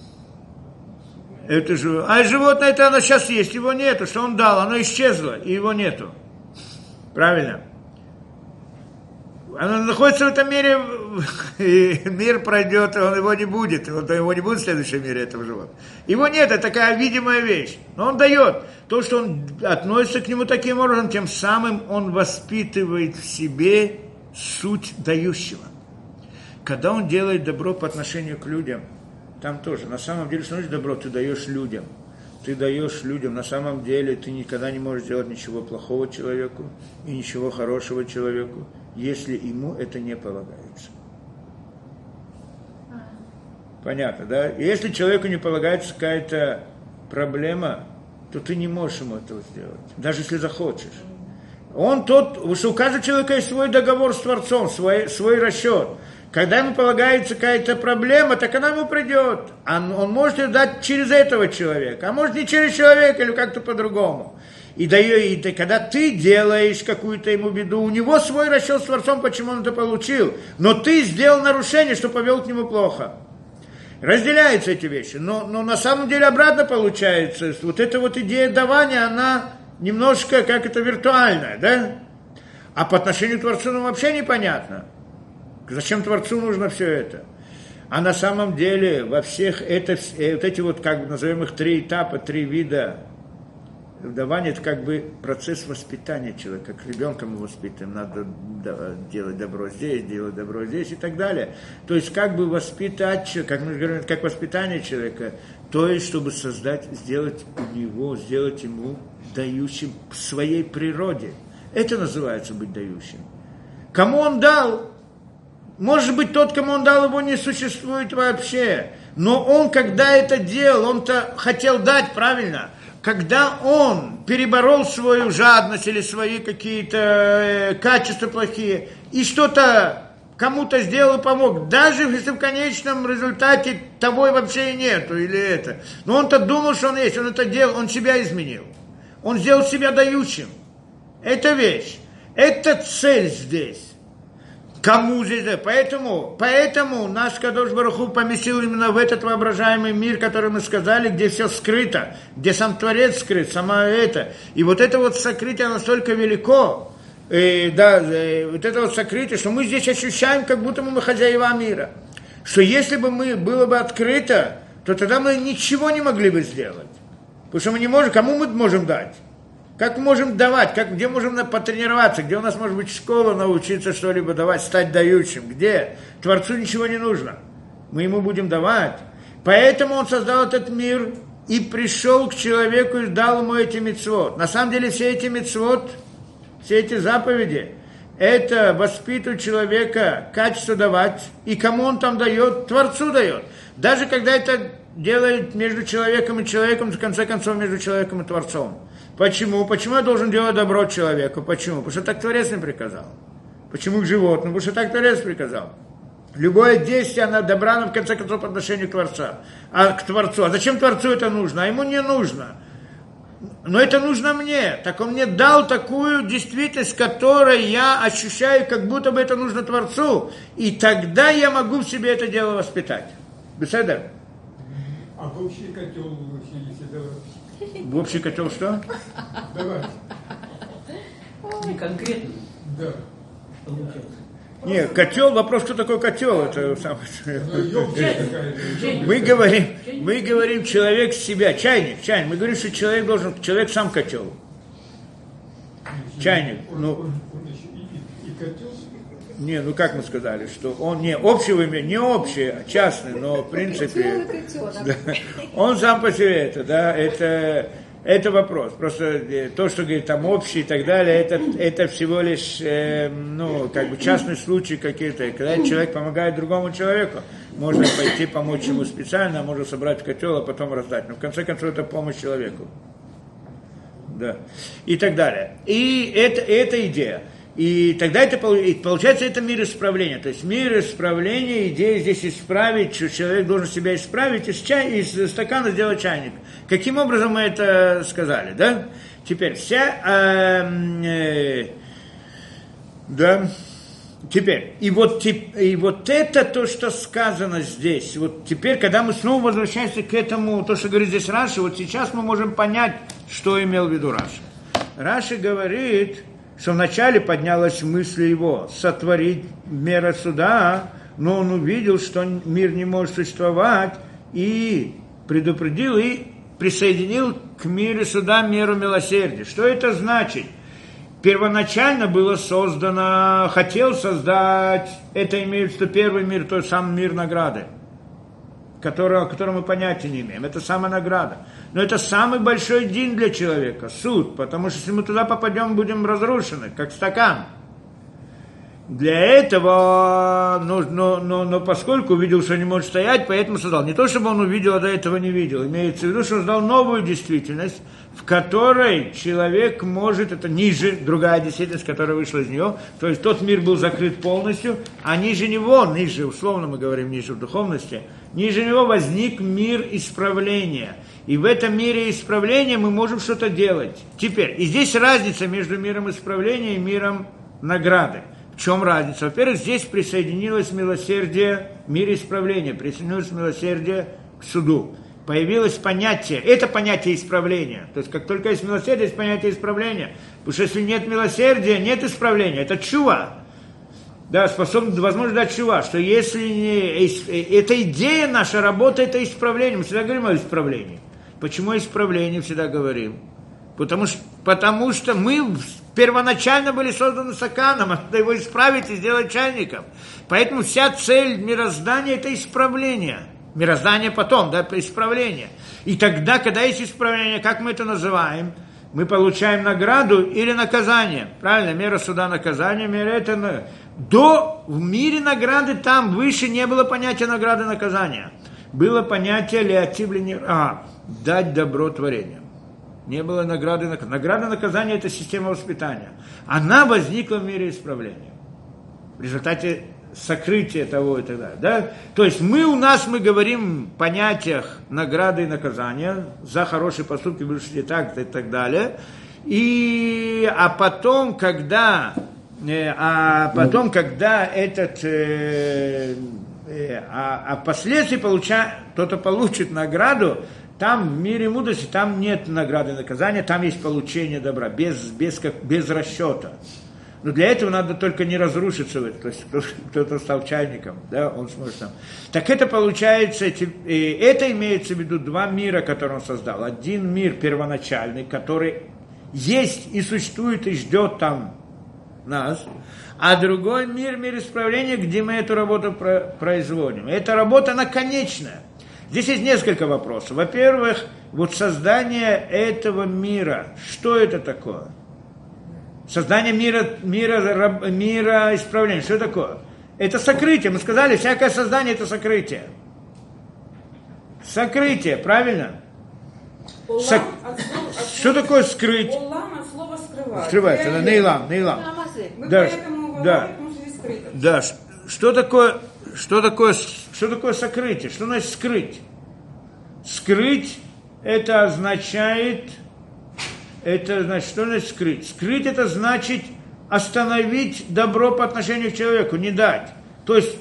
это же, а животное это оно сейчас есть, его нету, что он дал, оно исчезло, и его нету. Правильно? Оно находится в этом мире, и мир пройдет, и он его не будет, он его не будет в следующем мире, этого животного. Его нет, это такая видимая вещь, но он дает. То, что он относится к нему таким образом, тем самым он воспитывает в себе суть дающего. Когда он делает добро по отношению к людям, там тоже, на самом деле, что значит добро, ты даешь людям. Ты даешь людям, на самом деле, ты никогда не можешь сделать ничего плохого человеку и ничего хорошего человеку, если ему это не полагается. Понятно, да? И если человеку не полагается какая-то проблема, то ты не можешь ему этого сделать, даже если захочешь. Он тот, что у каждого человека есть свой договор с Творцом, свой, свой расчет. Когда ему полагается какая-то проблема, так она ему придет. Он, он может ее дать через этого человека, а может не через человека или как-то по-другому. И, даю, и ты, когда ты делаешь какую-то ему беду, у него свой расчет с Творцом, почему он это получил. Но ты сделал нарушение, что повел к нему плохо. Разделяются эти вещи. Но, но на самом деле обратно получается. Вот эта вот идея давания, она немножко как это виртуальная, да? А по отношению к Творцу нам вообще непонятно. Зачем Творцу нужно все это? А на самом деле во всех это, вот эти вот, как бы назовем их, три этапа, три вида давания, это как бы процесс воспитания человека. Как ребенка мы воспитываем, надо делать добро здесь, делать добро здесь и так далее. То есть как бы воспитать, как мы говорим, как воспитание человека, то есть чтобы создать, сделать у него, сделать ему дающим в своей природе. Это называется быть дающим. Кому он дал? Может быть, тот, кому он дал, его не существует вообще. Но он, когда это делал, он-то хотел дать, правильно? Когда он переборол свою жадность или свои какие-то э, качества плохие, и что-то кому-то сделал и помог, даже если в конечном результате того и вообще и нету, или это. Но он-то думал, что он есть, он это делал, он себя изменил. Он сделал себя дающим. Это вещь. Это цель здесь. Кому здесь? Поэтому, поэтому наш Кадош Барух Ху поместил именно в этот воображаемый мир, который мы сказали, где все скрыто, где сам Творец скрыт, сама это. И вот это вот сокрытие настолько велико, э, да, э, вот это вот сокрытие, что мы здесь ощущаем, как будто мы хозяева мира. Что если бы мы было бы открыто, то тогда мы ничего не могли бы сделать. Потому что мы не можем, кому мы можем дать? Как мы можем давать, как, где можем потренироваться, где у нас может быть школа научиться что-либо давать, стать дающим, где? Творцу ничего не нужно, мы ему будем давать. Поэтому он создал этот мир и пришел к человеку и дал ему эти мицвот. На самом деле все эти мицвот, все эти заповеди, это воспитывает человека, качество давать, и кому он там дает? Творцу дает. Даже когда это делает между человеком и человеком, в конце концов, между человеком и Творцом. Почему? Почему я должен делать добро человеку? Почему? Потому что так Творец мне приказал. Почему к животному? Потому что так Творец приказал. Любое действие, оно добра, но в конце концов по отношению к Творцу. А к Творцу. А зачем Творцу это нужно? А ему не нужно. Но это нужно мне. Так он мне дал такую действительность, которой я ощущаю, как будто бы это нужно Творцу. И тогда я могу в себе это дело воспитать. Беседа? А в общий котел если давать? В общий котел что? Давать. Не конкретно. Да. Получается. Нет, котел, вопрос, что такое котел, это самое. Ну, Мы говорим, мы говорим человек себя, чайник, чайник. Мы говорим, что человек должен, человек сам котел. Чайник. Ну, Он еще и, и, и котел. не, ну как мы сказали, что он не общего имя, не общий, а частный, но в принципе, да, он сам по себе это, да, это, это вопрос. Просто то, что говорит там общий и так далее, это, это всего лишь, э, ну, как бы частный случай какие-то. Когда человек помогает другому человеку, можно пойти помочь ему специально, можно собрать котел, а потом раздать. Но в конце концов это помощь человеку. Да. И так далее. И это, это идея. И тогда это получается это мир исправления. То есть мир исправления, идея здесь исправить, что человек должен себя исправить, из, чай, из стакана сделать чайник. Каким образом мы это сказали, да? Теперь вся... Э, э, да... Теперь, и вот, и вот это то, что сказано здесь. Вот теперь, когда мы снова возвращаемся к этому, то, что говорит здесь Раши, вот сейчас мы можем понять, что имел в виду Раши. Раши говорит, что вначале поднялась мысль его сотворить мира суда, но он увидел, что мир не может существовать, и предупредил, и присоединил к миру суда меру милосердия. Что это значит? Первоначально было создано, хотел создать, это имеется в виду первый мир, тот самый мир награды, которого, о котором мы понятия не имеем. Это самая награда. Но это самый большой день для человека, суд, потому что если мы туда попадем, будем разрушены, как стакан. Для этого, но, но, но, но поскольку увидел, что не может стоять, поэтому создал. Не то, чтобы он увидел, а до этого не видел. Имеется в виду, что он создал новую действительность, в которой человек может, это ниже, другая действительность, которая вышла из него, то есть тот мир был закрыт полностью, а ниже него, ниже, условно мы говорим, ниже в духовности, ниже него возник мир исправления. И в этом мире исправления мы можем что-то делать. Теперь, и здесь разница между миром исправления и миром награды. В чем разница? Во-первых, здесь присоединилось милосердие, мир исправления, присоединилось милосердие к суду. Появилось понятие, это понятие исправления. То есть, как только есть милосердие, есть понятие исправления. Потому что если нет милосердия, нет исправления. Это чува. Да, способен, возможно, дать чува, что если не... Эта идея, наша работа, это исправление. Мы всегда говорим о исправлении. Почему исправление всегда говорим? Потому что, потому что мы первоначально были созданы стаканом, надо его исправить и сделать чайником. Поэтому вся цель мироздания – это исправление. Мироздание потом, да, исправление. И тогда, когда есть исправление, как мы это называем? Мы получаем награду или наказание. Правильно, мера суда наказания, мера это... До, в мире награды там выше не было понятия награды наказания. Было понятие леотиблени, а, дать добро творениям. Не было награды наказания. Награда наказания – это система воспитания. Она возникла в мире исправления. В результате сокрытия того и так далее. Да? То есть мы у нас, мы говорим в понятиях награды и наказания за хорошие поступки, и так и так далее. И, а потом, когда, э, а потом, когда этот, э, э, а, а впоследствии получа, кто-то получит награду, там в мире мудрости, там нет награды и наказания, там есть получение добра, без, без, как, без расчета. Но для этого надо только не разрушиться в это. То есть кто-то стал чайником, да, он сможет там. Так это получается, это имеется в виду два мира, которые он создал. Один мир первоначальный, который есть и существует и ждет там нас. А другой мир, мир исправления, где мы эту работу производим. Эта работа, она конечная. Здесь есть несколько вопросов. Во-первых, вот создание этого мира, что это такое? Создание мира, мира, мира исправления. Что такое? Это сокрытие. Мы сказали, всякое создание это сокрытие. Сокрытие, правильно? Улам Сок... от слова, от Что слова... такое скрыть? Улам от слова скрывать. Скрывается, это нейлам, нейлам. Мы Да, поэтому да. говорим, потому что здесь скрыто. Да, что такое, что такое, что такое сокрытие? Что значит скрыть? Скрыть это означает, это значит, что значит скрыть? Скрыть это значит остановить добро по отношению к человеку, не дать. То есть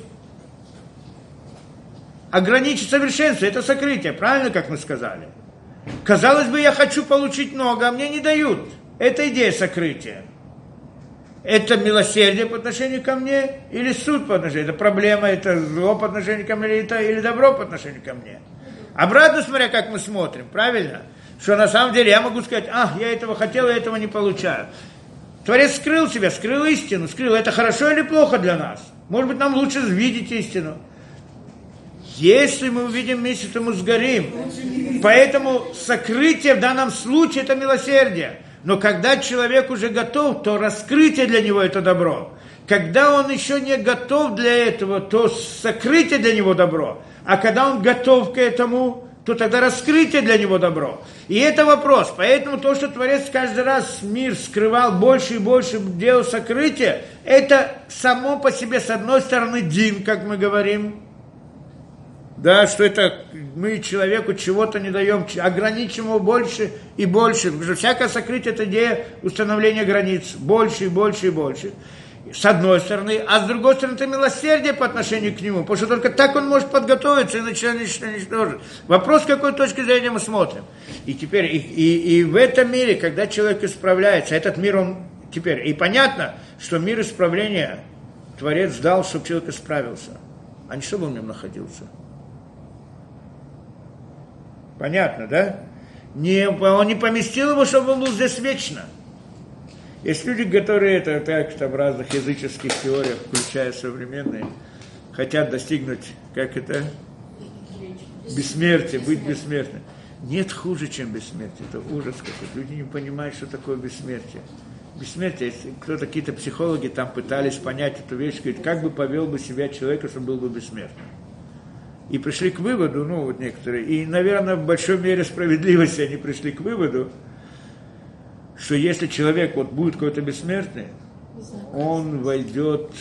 ограничить совершенство, это сокрытие, правильно, как мы сказали? Казалось бы, я хочу получить много, а мне не дают. Это идея сокрытия. Это милосердие по отношению ко мне или суд по отношению? Это проблема, это зло по отношению ко мне или, это, или добро по отношению ко мне? Обратно, смотря как мы смотрим, правильно? Что на самом деле я могу сказать, а, я этого хотел, я этого не получаю. Творец скрыл себя, скрыл истину, скрыл. Это хорошо или плохо для нас? Может быть, нам лучше видеть истину. Если мы увидим месяц, то мы сгорим. Поэтому сокрытие в данном случае это милосердие. Но когда человек уже готов, то раскрытие для него это добро. Когда он еще не готов для этого, то сокрытие для него добро. А когда он готов к этому, то тогда раскрытие для него добро. И это вопрос. Поэтому то, что Творец каждый раз мир скрывал больше и больше, делал сокрытие, это само по себе, с одной стороны, дин, как мы говорим, да, что это мы человеку чего-то не даем, ограничим его больше и больше, потому что всякое сокрытие – это идея установления границ, больше и больше и больше, с одной стороны, а с другой стороны, это милосердие по отношению к нему, потому что только так он может подготовиться и начать уничтожить. Вопрос, с какой точки зрения мы смотрим. И теперь, и, и, и в этом мире, когда человек исправляется, этот мир, он теперь, и понятно, что мир исправления Творец дал, чтобы человек исправился, а не чтобы он в нем находился. Понятно, да? Не, он не поместил его, чтобы он был здесь вечно. Есть люди, которые, это так, в разных языческих теориях, включая современные, хотят достигнуть, как это, бессмертия, быть бессмертным. Нет хуже, чем бессмертие. Это ужас какой-то. Люди не понимают, что такое бессмертие. Бессмертие, если кто-то, какие-то психологи там пытались понять эту вещь, говорят, как бы повел бы себя человек, если он был бы бессмертным. И пришли к выводу, ну вот некоторые, и, наверное, в большой мере справедливости они пришли к выводу, что если человек вот будет какой-то бессмертный, он войдет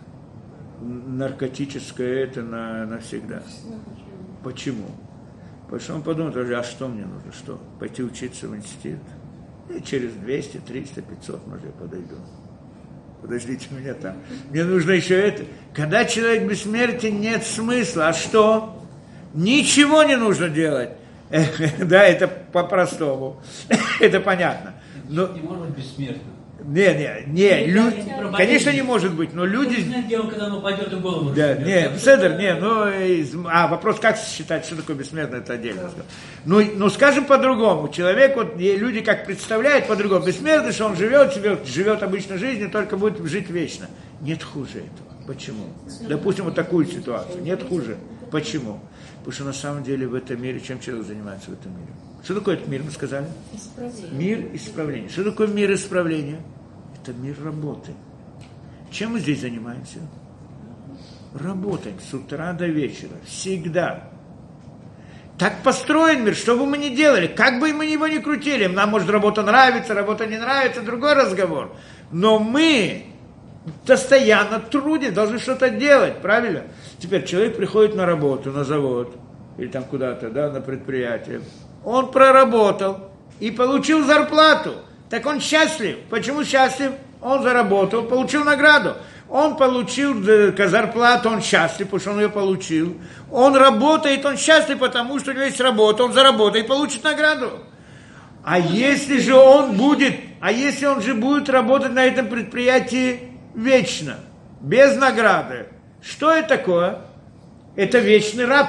в наркотическое это на, навсегда. Почему? Потому что он подумает, а что мне нужно, что? Пойти учиться в институт? И через двести, триста, пятьсот, может, я подойду. Подождите меня там. Мне нужно еще это. Когда человек бессмертен, нет смысла. А что? Ничего не нужно делать. Да, это по-простому. Это понятно. Но... Не может быть бессмертным. Не, не, не, люди, конечно, не может быть, но люди... Нет дела, когда он упадет в голову. Да, не, Седер, не, ну, а вопрос, как считать, что такое бессмертное, это отдельно. Ну, ну, скажем по-другому, человек, вот, люди как представляют по-другому, бессмертный, что он живет, живет, живет обычной жизнью, только будет жить вечно. Нет хуже этого. Почему? Допустим, вот такую ситуацию. Нет хуже. Почему? Потому что на самом деле в этом мире, чем человек занимается в этом мире? Что такое этот мир, мы сказали? Исправление. Мир исправления. Что такое мир исправления? Это мир работы. Чем мы здесь занимаемся? Работаем с утра до вечера. Всегда. Так построен мир, что бы мы ни делали, как бы мы его ни крутили. Нам, может, работа нравится, работа не нравится, другой разговор. Но мы постоянно трудимся, должны что-то делать, правильно? Теперь человек приходит на работу, на завод, или там куда-то, да, на предприятие. Он проработал и получил зарплату. Так он счастлив. Почему счастлив? Он заработал, получил награду. Он получил зарплату, он счастлив, потому что он ее получил. Он работает, он счастлив, потому что у него есть работа, он заработает и получит награду. А если же он будет, а если он же будет работать на этом предприятии вечно, без награды, что это такое? Это вечный раб.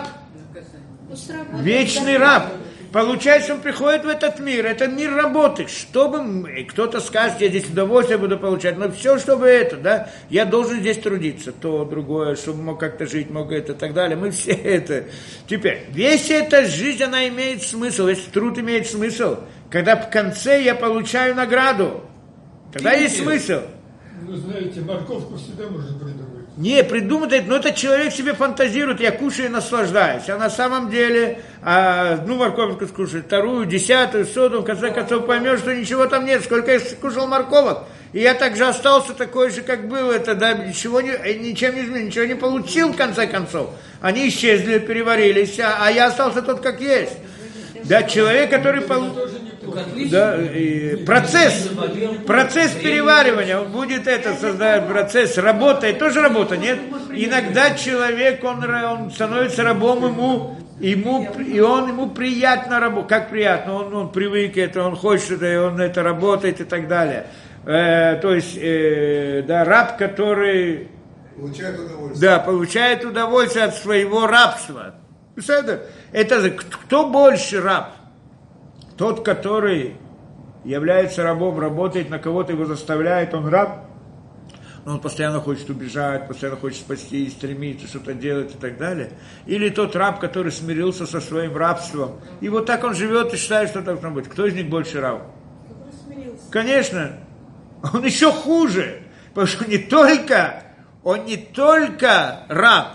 Вечный раб. Получается, он приходит в этот мир, это мир работы. Чтобы кто-то скажет, я здесь удовольствие буду получать, но все, чтобы это, да, я должен здесь трудиться, то, другое, чтобы мог как-то жить, мог это, и так далее. Мы все это. Теперь, весь эта жизнь, она имеет смысл, весь труд имеет смысл, когда в конце я получаю награду. Тогда есть смысл. Ну, знаете, морковку всегда можно придумать. Не, придумать, но этот человек себе фантазирует, я кушаю и наслаждаюсь. А на самом деле, а, ну, морковку скушать, вторую, десятую, сотую, в конце концов поймешь, что ничего там нет. Сколько я кушал морковок, и я также остался такой же, как был. Это, да, ничего не, ничем не изменил, ничего не получил, в конце концов. Они исчезли, переварились, а, а я остался тот, как есть. Да, человек, который получил... Да, и процесс, процесс переваривания, он будет это создать, процесс, работает, тоже работа, нет? Иногда человек, он, он становится рабом ему, ему, и он ему приятно работать, как приятно, он, он привык это, он хочет это, и он это работает и так далее. Э, то есть, э, да, раб, который... Получает удовольствие. Да, получает удовольствие от своего рабства. Это кто больше раб? Тот, который является рабом, работает на кого-то, его заставляет, он раб, но он постоянно хочет убежать, постоянно хочет спасти, стремиться, что-то делать и так далее. Или тот раб, который смирился со своим рабством. И вот так он живет и считает, что так должно быть. Кто из них больше раб? Конечно, он еще хуже, потому что не только, он не только раб,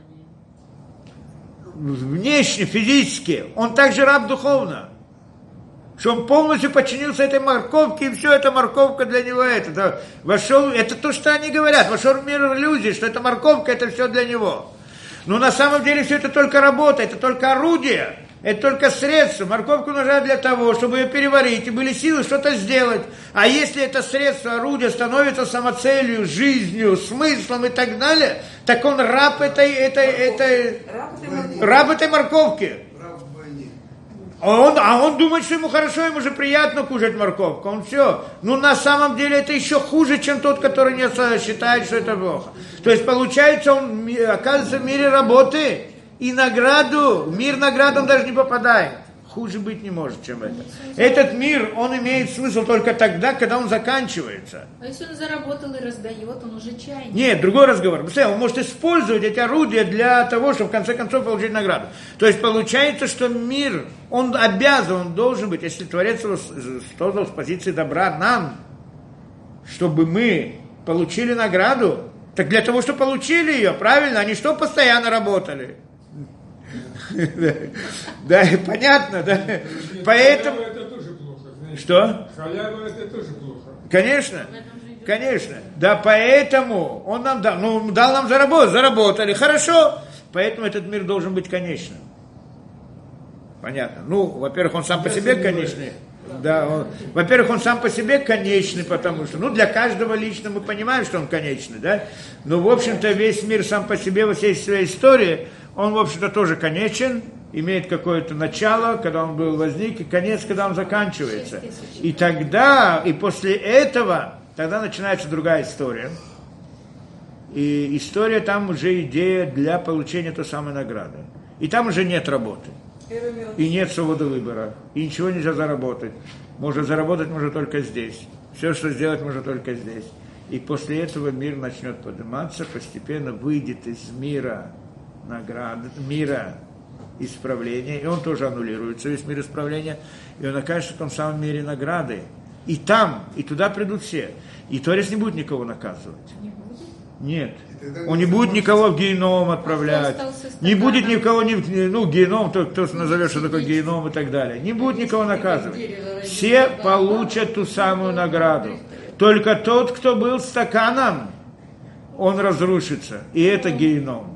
внешне, физически, он также раб духовно. Что он полностью подчинился этой морковке, и все, эта морковка для него это. это вошел, это то, что они говорят, вошел в мир иллюзий, что эта морковка, это все для него. Но на самом деле все это только работа, это только орудие, это только средство. Морковку нужна для того, чтобы ее переварить, и были силы что-то сделать. А если это средство, орудие становится самоцелью, жизнью, смыслом и так далее, так он раб этой, этой, этой, раб этой морковки. А он, а он думает, что ему хорошо, ему же приятно кушать морковку. Он все. Ну, на самом деле, это еще хуже, чем тот, который не считает, что это плохо. То есть, получается, он оказывается в мире работы, и награду, в мир награду он даже не попадает. Хуже быть не может, чем это. Этот мир, он имеет смысл только тогда, когда он заканчивается. А если он заработал и раздает, он уже чайник. Нет, другой разговор. Он может использовать эти орудия для того, чтобы в конце концов получить награду. То есть получается, что мир, он обязан, он должен быть, если Творец его создал с позиции добра нам, чтобы мы получили награду, так для того, чтобы получили ее, правильно, а не что постоянно работали. Да, понятно, да. Поэтому... Это тоже плохо, знаете. Что? Халява это тоже плохо. Конечно, конечно. Да, поэтому он нам дал, ну, дал нам заработать, заработали, хорошо. Поэтому этот мир должен быть конечным. Понятно. Ну, во-первых, он сам по себе конечный. Да, он, во-первых, он сам по себе конечный, потому что, ну, для каждого лично мы понимаем, что он конечный, да. Но, в общем-то, весь мир сам по себе, во всей своей истории, он, в общем-то, тоже конечен, имеет какое-то начало, когда он был возник, и конец, когда он заканчивается. И тогда, и после этого, тогда начинается другая история. И история, там уже идея для получения той самой награды. И там уже нет работы. И нет свободы выбора. И ничего нельзя заработать. Можно заработать можно только здесь. Все, что сделать, можно только здесь. И после этого мир начнет подниматься, постепенно выйдет из мира награды, мира исправления, и он тоже аннулируется, весь мир исправления, и он окажется в том самом мире награды. И там, и туда придут все. И Творец не будет никого наказывать. Нет. Он не будет никого в геном отправлять. Не будет никого, ну, геном, кто, кто назовет, что такое геном и так далее. Не будет никого наказывать. Все получат ту самую награду. Только тот, кто был стаканом, он разрушится. И это геном.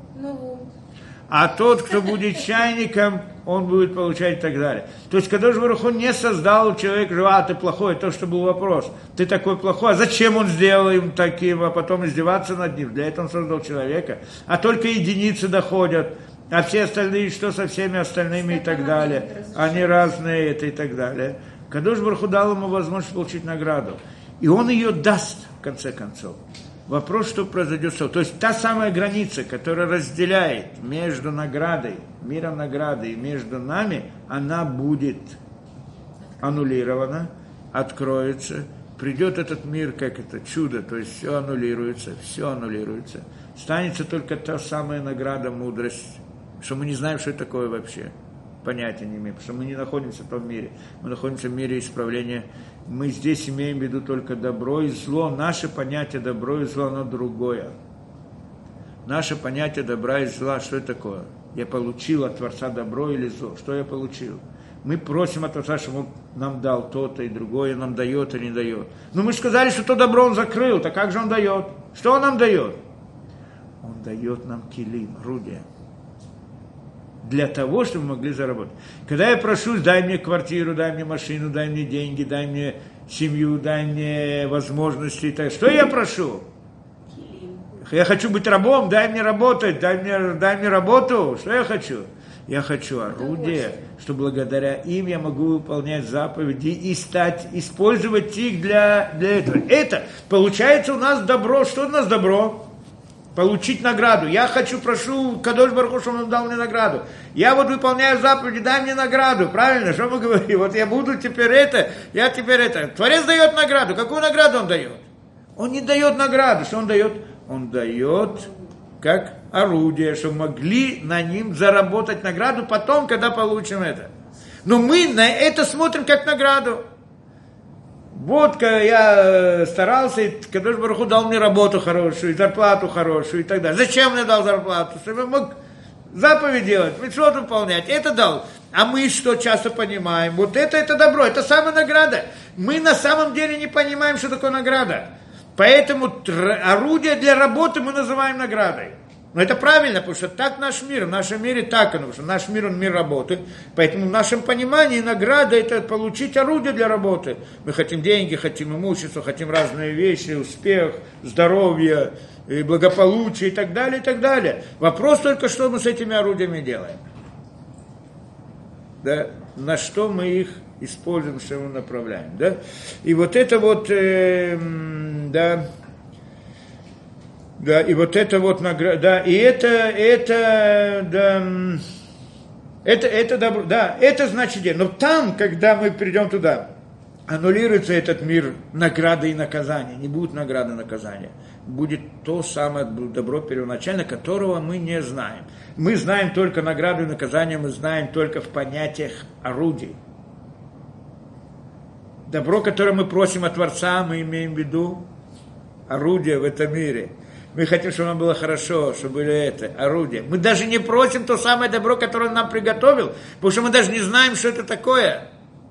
А тот, кто будет чайником, он будет получать и так далее. То есть, Кадош Барух Ху не создал человека, а ты плохой, то, что был вопрос. Ты такой плохой, а зачем он сделал им таким, а потом издеваться над ним? Для этого он создал человека. А только единицы доходят, а все остальные, что со всеми остальными и так далее. Они разные, это и так далее. Кадош Барух Ху дал ему возможность получить награду. И он ее даст, в конце концов. Вопрос, что произойдет. То есть та самая граница, которая разделяет между наградой, миром награды и между нами, она будет аннулирована, откроется, придет этот мир, как это чудо, то есть все аннулируется, все аннулируется. Станется только та самая награда, мудрость, что мы не знаем, что это такое вообще. понятия не имеем, потому что мы не находимся в том мире, мы находимся в мире исправления. Мы здесь имеем в виду только добро и зло. Наше понятие добро и зло, оно другое. Наше понятие добра и зла, что это такое? Я получил от Творца добро или зло? Что я получил? Мы просим от Творца, чтобы Он нам дал то-то и другое, нам дает или не дает. Но мы же сказали, что то добро Он закрыл, так как же Он дает? Что Он нам дает? Он дает нам килим, орудие. Для того, чтобы мы могли заработать. Когда я прошу, дай мне квартиру, дай мне машину, дай мне деньги, дай мне семью, дай мне возможности. Так. Что я прошу? Я хочу быть рабом, дай мне работать, дай мне, дай мне работу. Что я хочу? Я хочу орудие, что благодаря им я могу выполнять заповеди и стать, использовать их для, для этого. Это, получается, у нас добро. Что у нас добро? Получить награду. Я хочу, прошу Кадош Барух Ху, чтобы он дал мне награду. Я вот выполняю заповеди, дай мне награду. Правильно? Что мы говорим? Вот я буду теперь это, я теперь это. Творец дает награду. Какую награду он дает? Он не дает награду. Что он дает? Он дает как орудие, чтобы могли на ним заработать награду потом, когда получим это. Но мы на это смотрим как награду. Вот я старался, и Кадош Барух Ху дал мне работу хорошую, и зарплату хорошую, и так далее. Зачем мне дал зарплату? Чтобы я мог заповедь делать, мицвот выполнять. Это дал. А мы что часто понимаем? Вот это, это добро, это самая награда. Мы на самом деле не понимаем, что такое награда. Поэтому орудие для работы мы называем наградой. Но это правильно, потому что так наш мир, в нашем мире так, потому что наш мир, он мир работы. Поэтому в нашем понимании награда – это получить орудие для работы. Мы хотим деньги, хотим имущество, хотим разные вещи, успех, здоровье, и благополучие и так далее, и так далее. Вопрос только, что мы с этими орудиями делаем. Да? На что мы их используем, что мы направляем. Да? И вот это вот, э, да... Да, и вот это вот награда, да, и это, это, да, это, это добро, да, это значит, но там, когда мы придем туда, аннулируется этот мир награды и наказания, не будет награды и наказания, будет то самое добро первоначально, которого мы не знаем. Мы знаем только награду и наказание, мы знаем только в понятиях орудий. Добро, которое мы просим от Творца, мы имеем в виду орудия в этом мире. Мы хотим, чтобы нам было хорошо, чтобы были это, орудия. Мы даже не просим то самое добро, которое он нам приготовил, потому что мы даже не знаем, что это такое.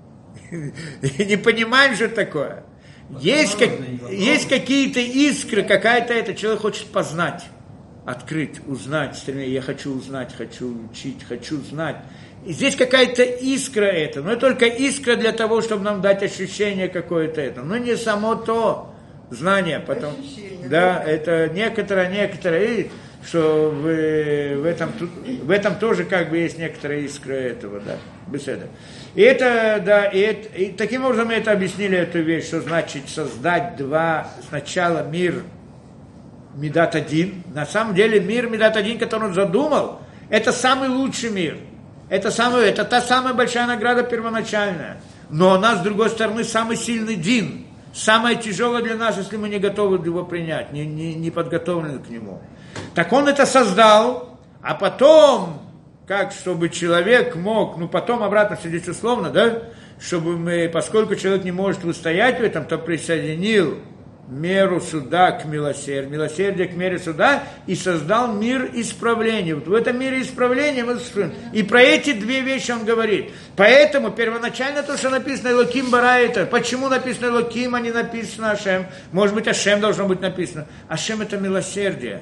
И не понимаем, что это такое. Есть, как, есть какие-то искры, какая-то это, человек хочет познать, открыть, узнать, стремление. Я хочу узнать, хочу учить, хочу знать. И здесь какая-то искра это, но только искра для того, чтобы нам дать ощущение какое-то это, но не само то. Знания, потом, ощущение, да, да, это некоторое, некоторое, что в, в, этом, в этом тоже как бы есть некоторая искра этого, да, беседа. И это, да, и, это, и таким образом мы это объяснили, эту вещь, что значит создать два, сначала мир Мидат один, на самом деле мир Мидат один, который он задумал, это самый лучший мир, это, самый, это та самая большая награда первоначальная, но у нас, с другой стороны, самый сильный дин. Самое тяжелое для нас, если мы не готовы его принять, не, не, не подготовлены к нему. Так он это создал, а потом, как, чтобы человек мог, ну потом обратно сидеть условно, да, чтобы мы, поскольку человек не может выстоять в этом, то присоединил меру суда к милосердию, милосердие к мере суда и создал мир исправления. Вот в этом мире исправления мы и про эти две вещи он говорит. Поэтому первоначально то, что написано Элоким бара это, почему написано Элоким, а не написано Ашем? Может быть, Ашем должно быть написано. Ашем это милосердие.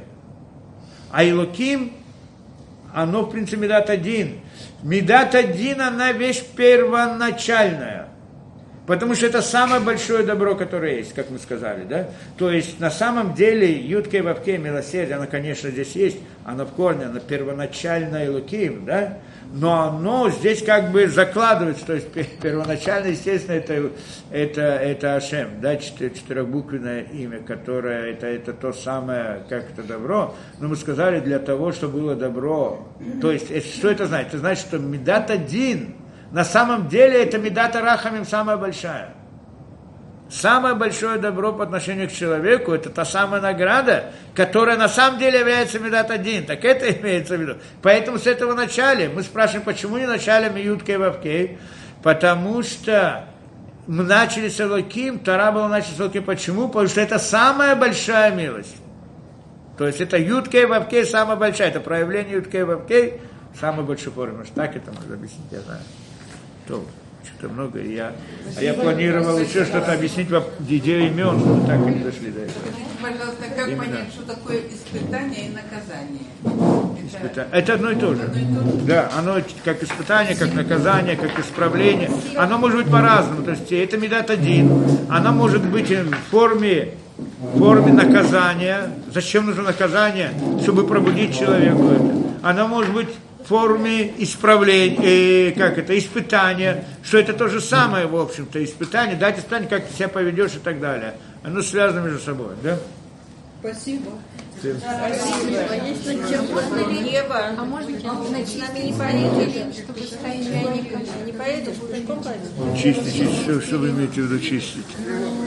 А Элоким, оно в принципе Мидат один. Мидат один, она вещь первоначальная. Потому что это самое большое добро, которое есть, как мы сказали, да? То есть, на самом деле, Юд-Кей Вав-Кей, милосердие, оно, конечно, здесь есть, оно в корне, оно первоначально Элоким, да? Но оно здесь как бы закладывается, то есть, первоначально, естественно, это, это, это Ашем, да, четырехбуквенное имя, которое, это, это то самое, как это добро, но мы сказали, для того, чтобы было добро, то есть, это, что это значит? Это значит, что Мидат один, на самом деле, это Мидат Рахамим самая большая. самое большое добро по отношению к человеку, это та самая награда, которая на самом деле является Медат один. Так это имеется в виду. Поэтому с этого начали. Мы спрашиваем, почему не начали Миюткей Вавкей? Потому что мы начали с Элоким, Тора была начали с Элоким. Почему? Потому что это самая большая милость. То есть это Юткей Вавкей самая большая. Это проявление Юткей Вавкей в самой большой форме. Может, так это можно объяснить, я знаю. То, что-то много. Я, а я планировал еще что-то объяснить в идее имен, но мы так и не дошли до этого. Пожалуйста, как Именно. понять, что такое испытание и наказание? Это, это одно и то же. Да, оно как испытание, как наказание, как исправление. Оно может быть по-разному. То есть это Медат один. Оно может быть в форме, в форме наказания. Зачем нужно наказание? Чтобы пробудить человеку это. Оно может быть в форме исправления, э, как это, испытания, что это то же самое, в общем-то, испытание, дать испытание, как ты себя поведешь и так далее. Оно связано между собой, да? Спасибо. Можно ли, а может быть, значит, нами не поедет, чтобы стать чайником, не поедут, пешком пойдут? Чистить, чистить, что, что вы имеете в виду чистить?